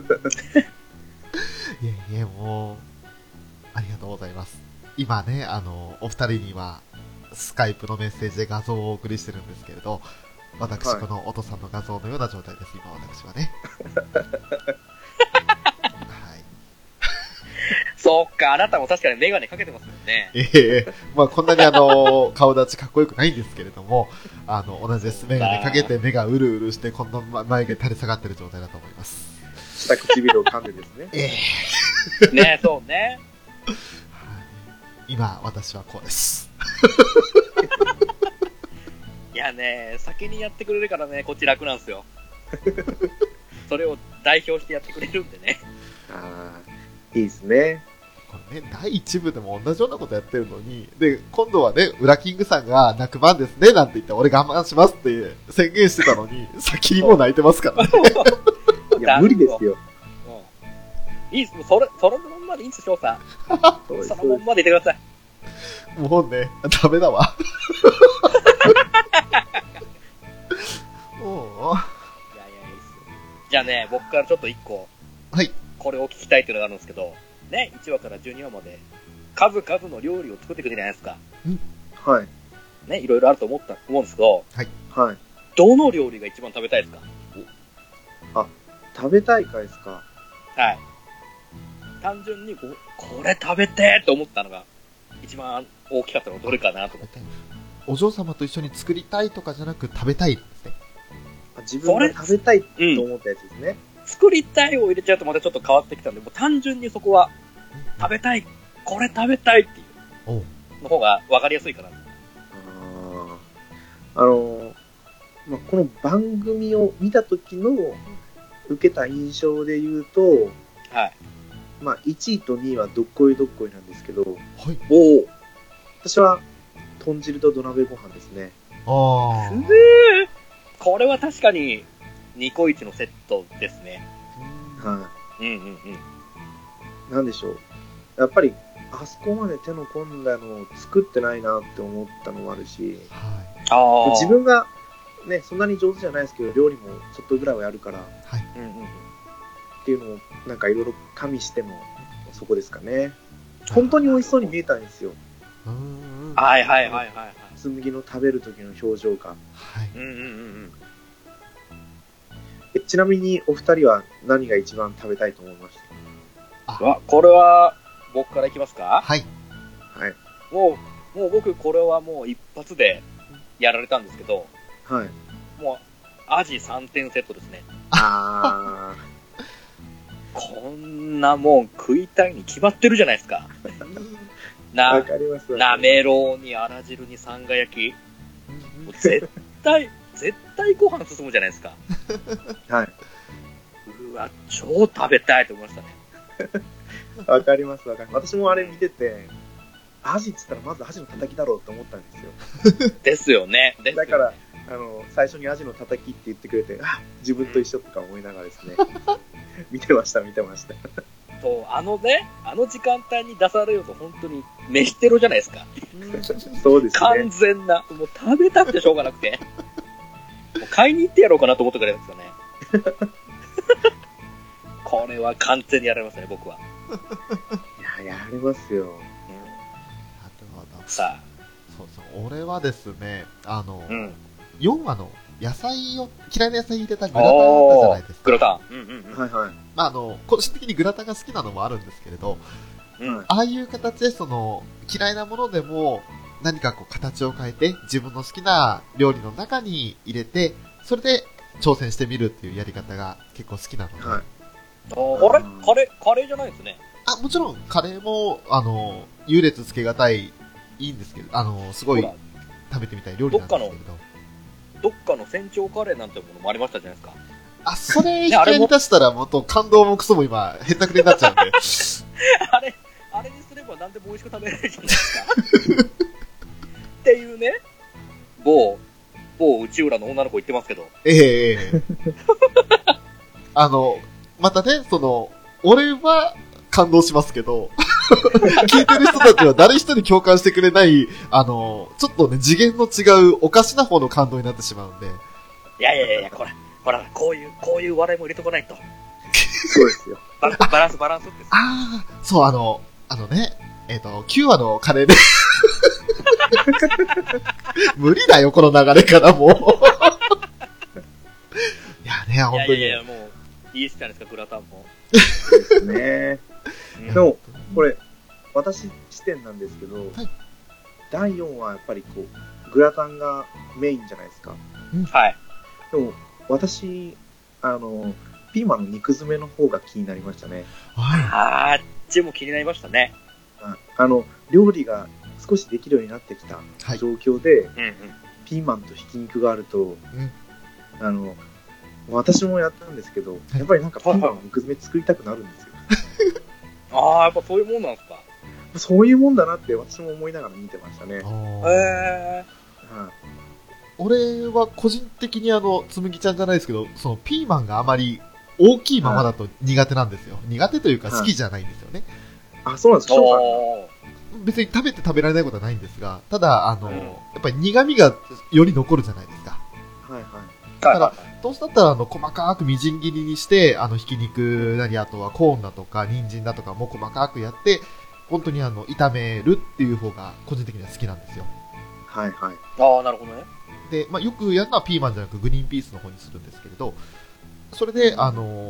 いえ、もう、ありがとうございます。今ね、お二人には、スカイプのメッセージで画像をお送りしてるんですけれど、私、このお父さんの画像のような状態です、今私はね。 そうか、あなたも確かにメガネかけてますもんね。 まあこんなに顔立ちかっこよくないんですけれども、同じです。メガネかけて目がうるうるして、こんな眉毛垂れ下がってる状態だと思います。 下唇を噛んでですね。 ね、そうね。 今、私はこうです。 いやね、先にやってくれるからね、こっち楽なんですよ。それを代表してやってくれるんでね。 いいですね。 これね、第1部でも同じようなことやってるのに、で、今度はね、ウラキングさんが泣く番ですね、なんて言って、俺我慢しますって宣言してたのに、先にもう泣いてますからね。 いや、無理ですよ。 いいっす、もうそのまんまでいいんですよ、翔さん。そのまんまでいてください。 もうね、ダメだわ。 いや、いいっす。じゃあね、僕からちょっと1個。 はい。 これを聞きたいっていうのがあるんですけど、ね、1話から12話まで、数々の料理を作ってくれるじゃないですか。 はい。 ね、いろいろあると思うんですけど、 はい。 はい。 どの料理が一番食べたいですか？ 食べたいかですか？ はい。単純にこれ食べてーと思ったのが、一番大きかったのはどれかなと思って。 お嬢様と一緒に作りたいとかじゃなく食べたいですね。 自分が食べたいと思ったやつですね。 作りたいを入れちゃうとまたちょっと変わってきたんで、もう単純にそこは、食べたい、これ食べたいっていうの方が分かりやすいかな。 まあ、この番組を見た時の受けた印象で言うと、 はい。 まあ、1位と2位はどっこいどっこいなんですけど、 はい。 私は、豚汁と土鍋ご飯ですね。 これは確かに、ニコイチのセットですね。 はい。なんでしょう。やっぱり、あそこまで手の込んだのを作ってないなって思ったのもあるし、自分がね、そんなに上手じゃないですけど、料理もちょっとぐらいはやるから、っていうのも、なんかいろいろ加味しても、そこですかね。本当に美味しそうに見えたんですよ。 紬の食べる時の表情が。 はい。 うんうんうんうん。 ちなみにお二人は何が一番食べたいと思いました？ これは、僕からいきますか？ はい。 はい。 もう僕、これはもう一発でやられたんですけど、 はい。 もう、アジ3点セットですね。 あこんなもん食いたいに決まってるじゃないですか。 わかります。 なめろうにあら汁にさんが焼き。もう絶対ご飯進むじゃないですか。 はい。 うわ、超食べたいと思いましたね。 わかります。私もあれ見てて、アジっつったらまずアジのたたきだろうと思ったんですよ。 ですよね。 だから、最初にアジのたたきって言ってくれて、あ、自分と一緒とか思いながらですね、見てました。 そう、あの時間帯に出されると本当に飯テロじゃないですか。 そうですね。 完全な、もう食べたくてしょうがなくて。もう買いに行ってやろうかなと思ってくれるんですよね。これは完全にやられますね、僕は。 いや、やれますよ。 さあ。 そう俺はですね、4話の野菜を、嫌いな野菜入れたグラタンあったじゃないですか。 グラタン。 はいはい。 まあ個人的にグラタンが好きなのもあるんですけれど、ああいう形で嫌いなものでも何かこう形を変えて自分の好きな料理の中に入れて、それで挑戦してみるっていうやり方が結構好きなので。 はい。 カレーじゃないですね。 もちろんカレーも優劣つけがたいいいんですけど、すごい食べてみたい料理なんですけれど。 どっかの船長カレーなんてものもありましたじゃないですか。 それ引きに出したらもっと感動もクソも今へったくれになっちゃうんで。 あれにすれば何でも美味しく食べれるじゃないですか。っていうね、某内浦の女の子言ってますけど。 またね、俺は感動しますけど、聞いてる人たちは誰一人共感してくれない、ちょっとね、次元の違うおかしな方の感動になってしまうんで。 いや、ほら、こういう笑いも入れとかないと。 そうですよ。 バランスって。 そう、ね、9話のカレーで。無理だよ、この流れからもう。いやね、本当に。 いや、もう、いいじゃないですか、グラタンも。 ですね。でも、これ、私視点なんですけど、第4話はやっぱりこう、グラタンがメインじゃないですか。 はい。 でも、私、ピーマンの肉詰めの方が気になりましたね。 あっちも気になりましたね。 料理が少しできるようになってきた状況で、ピーマンとひき肉があると、私もやったんですけど、やっぱりなんかピーマンの肉詰め作りたくなるんですよ。 やっぱそういうもんなんですか？ そういうもんだなって私も思いながら見てましたね。 俺は個人的につむぎちゃんじゃないですけど、ピーマンがあまり大きいままだと苦手なんですよ。苦手というか好きじゃないんですよね。 そうなんですか？ 別に食べられないことはないんですが、ただ、やっぱり苦味がより残るじゃないですか。だから、トーストだったら細かくみじん切りにして、ひき肉なり、あとはコーンだとか、人参だとかも細かくやって、本当に炒めるっていう方が個人的には好きなんですよ。 なるほどね。 で、よくやるのはピーマンじゃなくグリーンピースの方にするんですけれど、それで、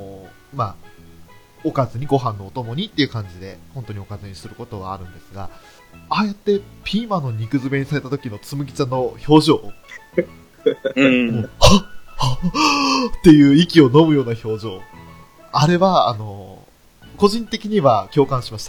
おかずにご飯のお供にっていう感じで、本当におかずにすることはあるんですが、ああやってピーマンの肉詰めにされた時のつむぎちゃんの表情、もうはっっていう息を飲むような表情。あれは、個人的には共感しました。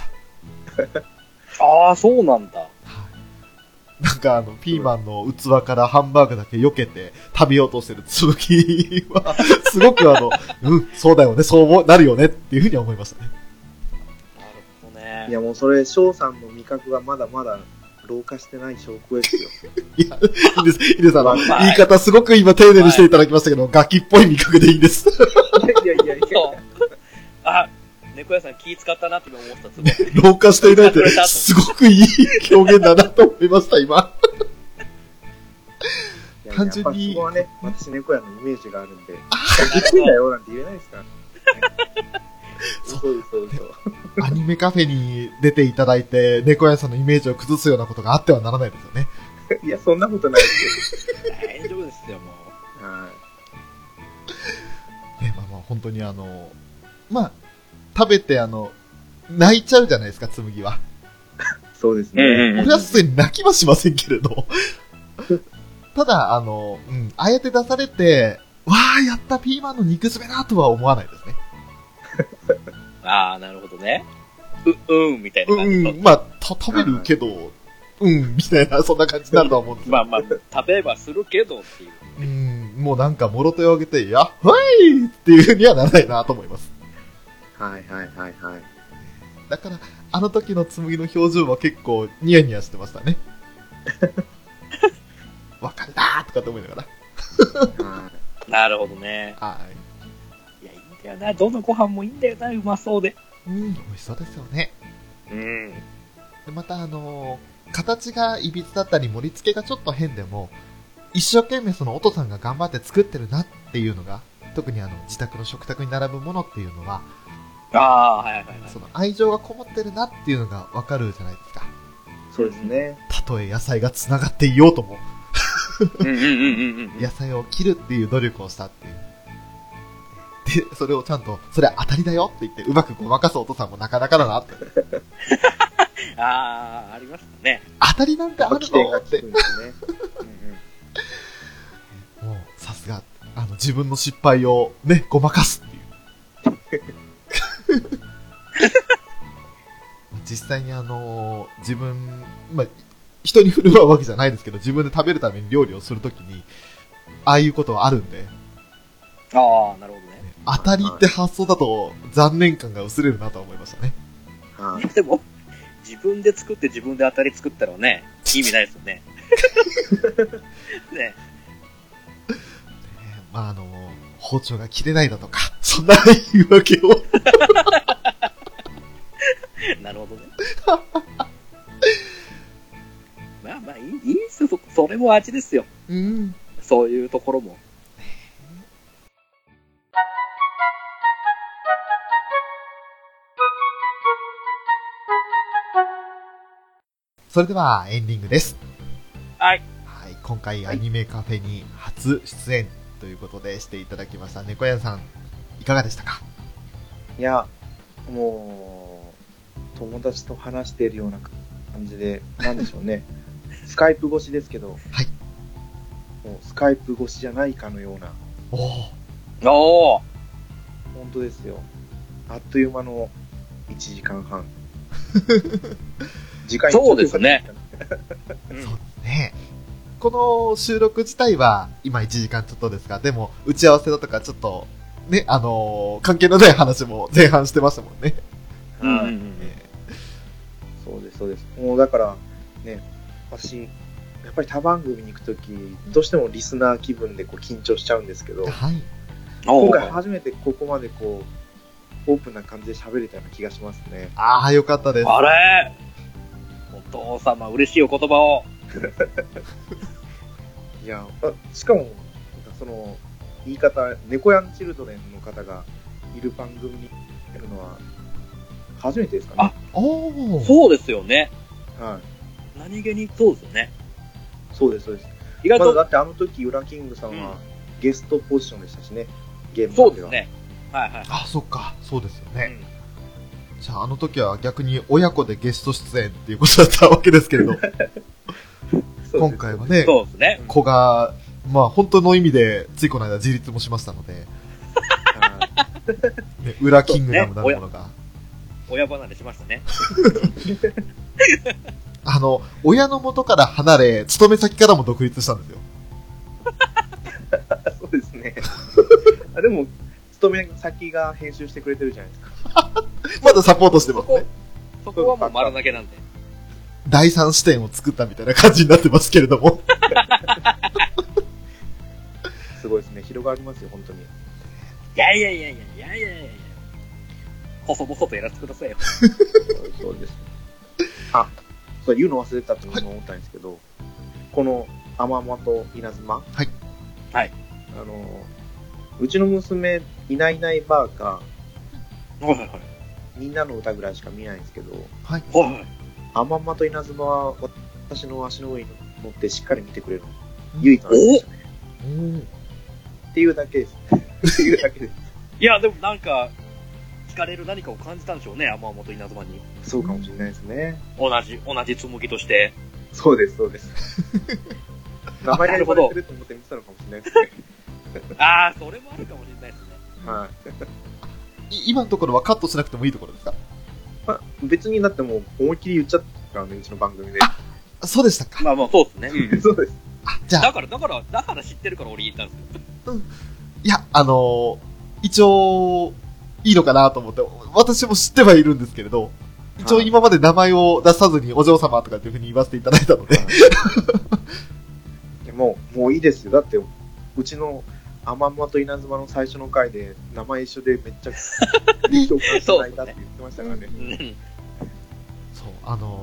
そうなんだ。 なんかピーマンの器からハンバーグだけ避けて食べようとしてるつむぎは、すごくそうだよね、そうなるよねっていうふうに思いましたね。 なるほどね。 いやもうそれ、翔さんの味覚がまだまだ老化してない証拠ですよ。 いや、いいです。言い方すごく今丁寧にしていただきましたけど、ガキっぽい味覚でいいです。 いや。 猫屋さん気使ったなって思ったすごい。 老化していないって、すごくいい表現だなと思いました、今。単純に。 そこはね、私猫屋のイメージがあるんで、ガキっぽいだよなんて言えないですから。そう。 アニメカフェに出ていただいて、猫屋さんのイメージを崩すようなことがあってはならないですよね。 いや、そんなことないです大丈夫ですよ、もよ。はね、まあ本当にまあ、食べて泣いちゃうじゃないですか、紬は。 い。そうですう。うんね。 うん俺はすでに泣きはしませんけれど。ただ、ああやって出されて、わー、やった、ピーマンの肉詰めだとは思わないですね。 ああ、なるほどね。みたいな感じ。 まあ、食べるけど、みたいな、そんな感じになるとは思うんですよ。 まあまあ、食べはするけどっていう。 もうなんか、もろ手を挙げて、やっほいっていう風にはならないなと思います。 はいはいはいはい。 だから、あの時の紬の表情は結構ニヤニヤしてましたね。わかるなーとかって思いながら。 なるほどね。 はい。 いや、いいんだよな。どのご飯もいいんだよな。うまそうで。 美味しそうですよね。 うん。 でまた形がいびつだったり盛り付けがちょっと変でも、一生懸命そのお父さんが頑張って作ってるなっていうのが、特に自宅の食卓に並ぶものっていうのは、 ああ、はいはいはい。 その愛情がこもってるなっていうのがわかるじゃないですか。 そうですね。 たとえ野菜が繋がっていようとも、 うん。 野菜を切るっていう努力をしたっていう。で、それをちゃんと、それは当たりだよって言って、うまくごまかすお父さんもなかなかだなって。 ああ、ありましたね。 当たりなんてある起点がのって効くん。ですね。 もう、さすが、自分の失敗をね、ごまかすっていう。実際に自分、まあ、人に振る舞うわけじゃないですけど、自分で食べるために料理をするときに、ああいうことはあるんで、 ああ、なるほどね。 当たりって発想だと残念感が薄れるなとは思いましたね。 はいや、でも、自分で作って自分で当たり作ったらね、意味ないですよね。ね。 まあ包丁が切れないだとか、そんな言い訳を。 なるほどね。まあまあ、いいですよ。それも味ですよ。そういうところも。 それではエンディングです。 はい。 はい。今回アニメカフェに初出演ということでしていただきました猫屋さん、いかがでしたか？ いや、もう、友達と話しているような感じで、なんでしょうね。スカイプ越しですけど、 はい。 もうスカイプ越しじゃないかのような。 おー。 本当ですよ。あっという間の1時間半。時間そうですね。 そうですね。この収録自体は今1時間ちょっとですが、でも打ち合わせだとかちょっとね、関係のない話も前半してましたもんね。 はい。そうです、そうです。もうだから、ね、私、やっぱり他番組に行くとき、どうしてもリスナー気分でこう緊張しちゃうんですけど、 はい。 今回初めてここまでこう、オープンな感じで喋れたような気がしますね。 ああ、よかったです。 あれお父様、嬉しいお言葉を。 いや、しかも、その、言い方、猫やんチルドレンの方がいる番組にやるのは、初めてですかね。 そうですよね。 はい。 何気にそうですよね。 そうです、そうです。 意外と、 まだだってあの時、ウラキングさんはゲストポジションでしたしね、ゲームそうですね。はいはい。 あ、そっか、そうですよね。じゃあ、あの時は逆に親子でゲスト出演っていうことだったわけですけれど、今回はね、 そうですね。 子が、まあ本当の意味で、ついこの間自立もしましたので、ね、裏キングダムなるものが。 親離れしましたね。 親の元から離れ、勤め先からも独立したんですよ。 そうですね。でも、勤め先が編集してくれてるじゃないですか。 まだサポートしてますね。 そこはもう丸投げなんで。 第三視点を作ったみたいな感じになってますけれども。 すごいですね。広がりますよ、本当に。 いや。細々とやらせてくださいよ。 そうです。あ、それ言うの忘れてたって思ったんですけど、この、アママと稲妻。 はい。 はい。 うちの娘、いないいないばーか、 はいはいはい。 みんなの歌ぐらいしか見ないんですけど、 はい。 アママと稲妻は私の足の上に乗っ乗ってしっかり見てくれるの。唯一の話でしたね。っていうだけです。っていうだけです。 いや、でもなんか、聞かれる何かを感じたんでしょうね、天本稲妻に。 そうかもしれないですね。 同じ紬として。 そうです、そうです。名前が呼ばれてると思って見てたのかもしれないですね。 ああ、それもあるかもしれないですね。 はい。 今のところはカットしなくてもいいところですか？ まあ、別になってもう思いっきり言っちゃったからね、うちの番組で。 そうでしたか。 まあまあ、そうですね。 うん、そうです。 じゃあ。 だから知ってるから俺言ったんですよ。 いや、一応、いいのかなと思って、私も知ってはいるんですけれど、一応今まで名前を出さずにお嬢様とかっていうふうに言わせていただいたので。 もういいですよ。だって、うちの天馬と稲妻の最初の回で名前一緒でめっちゃ共感してないだって言ってましたからね。 そう、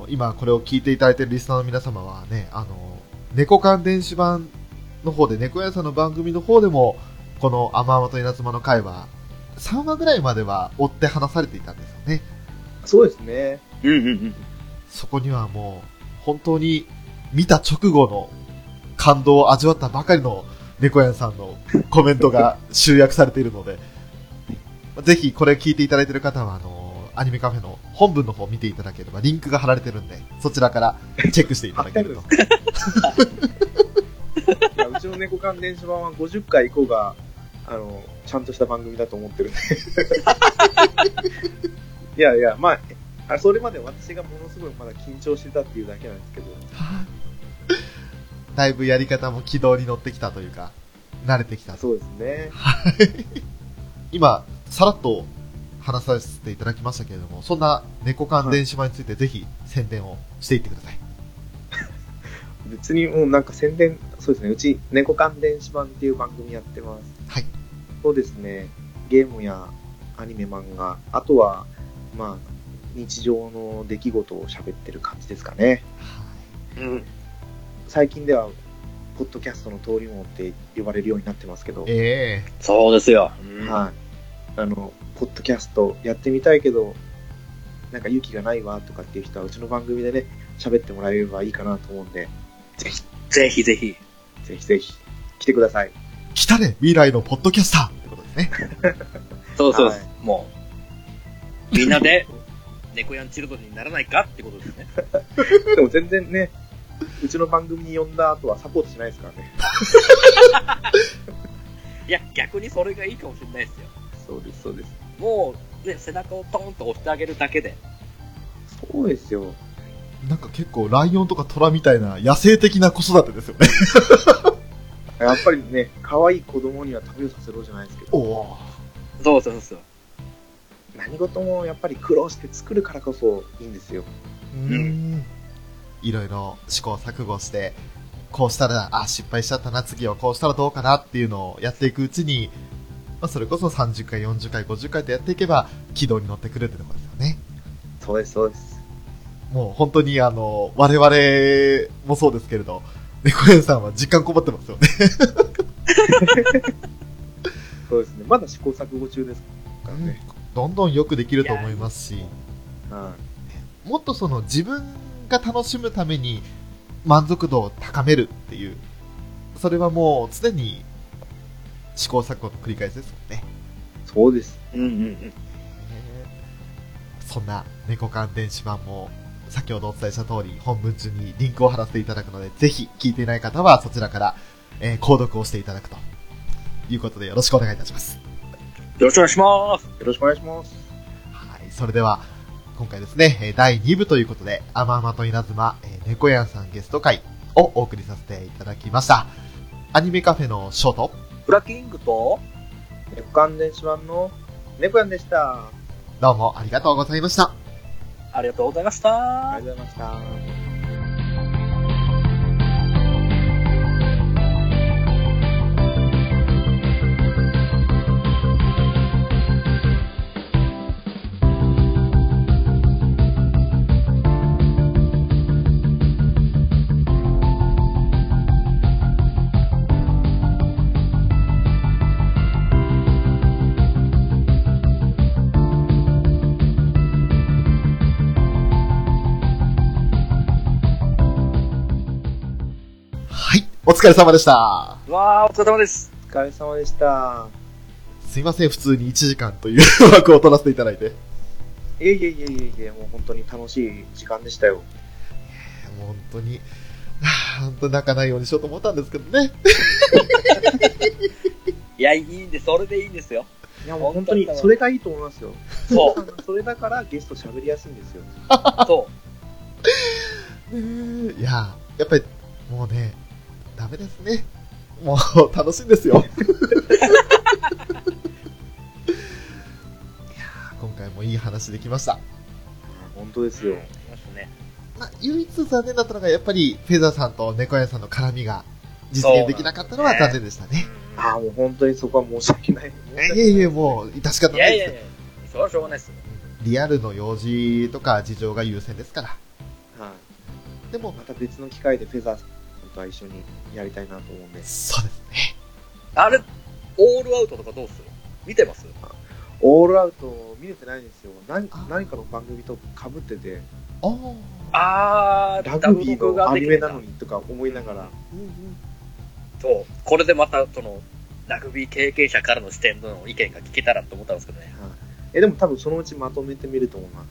今これを聞いていただいているリスナーの皆様はね、猫缶電子版の方で、猫屋さんの番組の方でも、この天馬と稲妻の回は、3話ぐらいまでは追って話されていたんですよね。 そうですね。 そこにはもう、本当に見た直後の感動を味わったばかりの猫屋さんのコメントが集約されているので、ぜひこれ聞いていただいている方は、アニメカフェの本文の方を見ていただければリンクが貼られてるんで、そちらからチェックしていただけると。 いや、うちの猫缶電子版は50回以降が、ちゃんとした番組だと思ってるんで。いやいや、まあ、それまで私がものすごいまだ緊張してたっていうだけなんですけど。 だいぶやり方も軌道に乗ってきたというか、慣れてきた。 そうですね。 今、さらっと話させていただきましたけれども、そんな猫缶電子版についてぜひ宣伝をしていってください。 別にもうなんか宣伝、そうですね、うち猫缶電子版っていう番組やってます。 はい。 そうですね、ゲームやアニメ、漫画、あとは、まあ、日常の出来事を喋ってる感じですかね。 うん。 最近では、ポッドキャストの登竜門って呼ばれるようになってますけど。 そうですよ。 はい。ポッドキャストやってみたいけど、なんか勇気がないわとかっていう人は、うちの番組でね、喋ってもらえればいいかなと思うんで、 ぜひぜひ、 来てください。 来たね、未来のポッドキャスターってことですね。 そうそうです。はい、もう、みんなで、猫やんチルドにならないかってことですね。 でも全然ね、うちの番組に呼んだ後はサポートしないですからね。 いや、逆にそれがいいかもしれないですよ。 そうです、そうです。 もう、ね、背中をトーンと押してあげるだけで。 そうですよ。 なんか結構ライオンとかトラみたいな野生的な子育てですよね。 やっぱりね、可愛い子供には旅をさせろじゃないですけど。 そうそうそう。 何事もやっぱり苦労して作るからこそいいんですよ。 いろいろ試行錯誤して、こうしたら、失敗しちゃったな、次はこうしたらどうかなっていうのをやっていくうちに、それこそ30回、40回、50回とやっていけば、軌道に乗ってくるってところですよね。 そうです、そうです。 もう本当に我々もそうですけれど、猫屋さんは実感こもってますよね。 そうですね。まだ試行錯誤中ですからね。 どんどんよくできると思いますし、もっとその自分が楽しむために満足度を高めるっていう、それはもう常に試行錯誤の繰り返しですもんね。 そうです。 そんな猫缶電子版も先ほどお伝えした通り本文中にリンクを貼らせていただくので、ぜひ聞いていない方はそちらから、購読をしていただくということでよろしくお願いいたします。 よろしくお願いします。 よろしくお願いします。 はい、それでは今回ですね、第2部ということで、あまあまと稲妻、猫やんさんゲスト会をお送りさせていただきました。アニメカフェのショート、 フラキングと、 猫缶電子版の猫やんでした。 どうもありがとうございました。 ありがとうございました。 ありがとうございました。 疲れ様でした。 わー、お疲れ様です。 お疲れ様でした。 すいません、普通に1時間という枠を取らせていただいて。 いえ、もう本当に楽しい時間でしたよ。 もう本当に、本当泣かないようにしようと思ったんですけどね。 いや、いいんで、それでいいんですよ。 いや、もう本当に、それがいいと思いますよ。 そう。 それだからゲスト喋りやすいんですよ。 そう。 いや、やっぱり、もうね、ダメですね。もう、楽しいんですよ。いや今回もいい話できました。 本当ですよ。 まあ、唯一残念だったのが、やっぱり、フェザーさんと猫屋さんの絡みが実現できなかったのは残念でしたね。 ああ、もう本当にそこは申し訳ない。 いえ、もう、致し方ないです。 いや、それはしょうがないですよ。 リアルの用事とか事情が優先ですから。 はい。 でも、 また別の機会でフェザーさんとは一緒にやりたいなと思うんで。 そうですね。 あれ、オールアウトとかどうする？見てます？ オールアウト見れてないんですよ。何かの番組と被ってて。ラグビーのアニメなのにとか思いながら。 そう。これでまた、ラグビー経験者からの視点の意見が聞けたらと思ったんですけどね。 でも多分そのうちまとめてみると思います。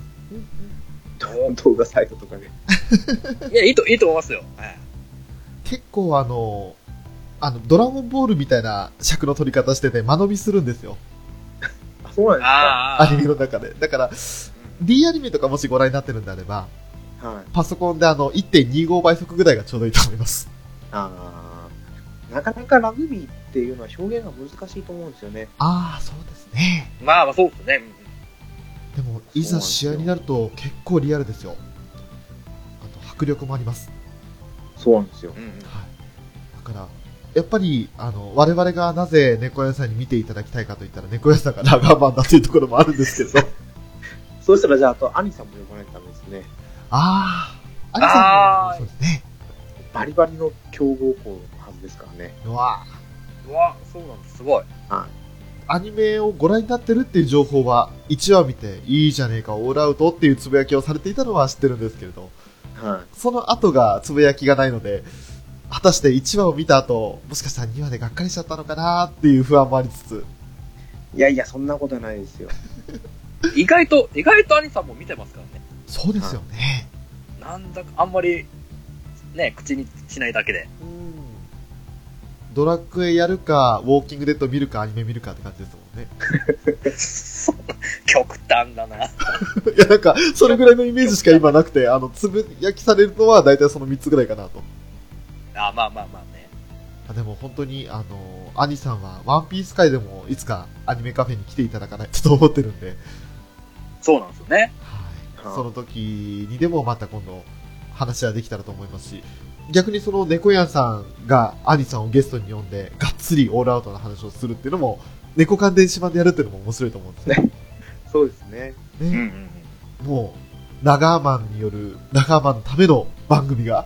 動画サイトとかで。 いや、いいと思いますよ。 結構ドラゴンボールみたいな尺の取り方してて間延びするんですよ。 あ、そうなんですか？ アニメの中で。だから、D アニメとかもしご覧になってるんであれば、パソコンで1.25 倍速ぐらいがちょうどいいと思います。 なかなかラグビーっていうのは表現が難しいと思うんですよね。 そうですね。 まあそうですね。 でも、いざ試合になると結構リアルですよ。あと、迫力もあります。 そうなんですよ。 だから、やっぱり、我々がなぜ猫屋さんに見ていただきたいかといったら、猫屋さんがラガーマンだというところもあるんですけど。 そうしたら、じゃあ、あと、兄さんも呼ばないとダメですね。 兄さんも、そうですね。 バリバリの強豪校のはずですからね。 うわ、そうなんです。すごい。 アニメをご覧になってるっていう情報は、1話見て、いいじゃねえか、オールアウトっていうつぶやきをされていたのは知ってるんですけれど、その後がつぶやきがないので、果たして1話を見た後、もしかしたら2話でがっかりしちゃったのかなっていう不安もありつつ。 いや、そんなことはないですよ。 意外と兄さんも見てますからね。 そうですよね。 なんだか、あんまり、ね、口にしないだけで。 ドラクエやるか、ウォーキングデッド見るか、アニメ見るかって感じですもんね。 極端だな。いや、なんか、それぐらいのイメージしか今なくて、つぶやきされるのは大体その3つぐらいかなと。 まあね。 でも本当に、兄さんは、ワンピース界でもいつかアニメカフェに来ていただかないと思ってるんで。 そうなんですよね。 その時にでもまた今度、話はできたらと思いますし、逆にその猫やんさんが兄さんをゲストに呼んで、がっつりオールアウトの話をするっていうのも、猫缶電子版でやるっていうのも面白いと思うんですね。 そうですね。 もう、ラガーマンによる、ラガーマンのための番組が。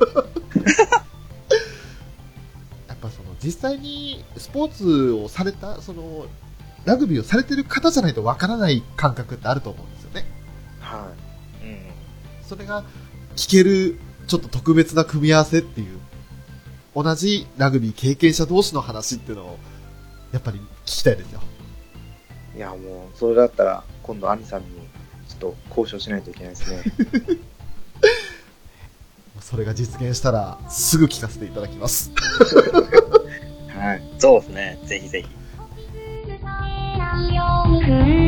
やっぱ実際にスポーツをされた、ラグビーをされてる方じゃないとわからない感覚ってあると思うんですよね。それが聞けるちょっと特別な組み合わせっていう、同じラグビー経験者同士の話っていうのをやっぱり聞きたいですよ。 いや、もうそれだったら今度兄さんにちょっと交渉しないといけないですね。 それが実現したらすぐ聞かせていただきます。 そうですね。ぜひぜひ。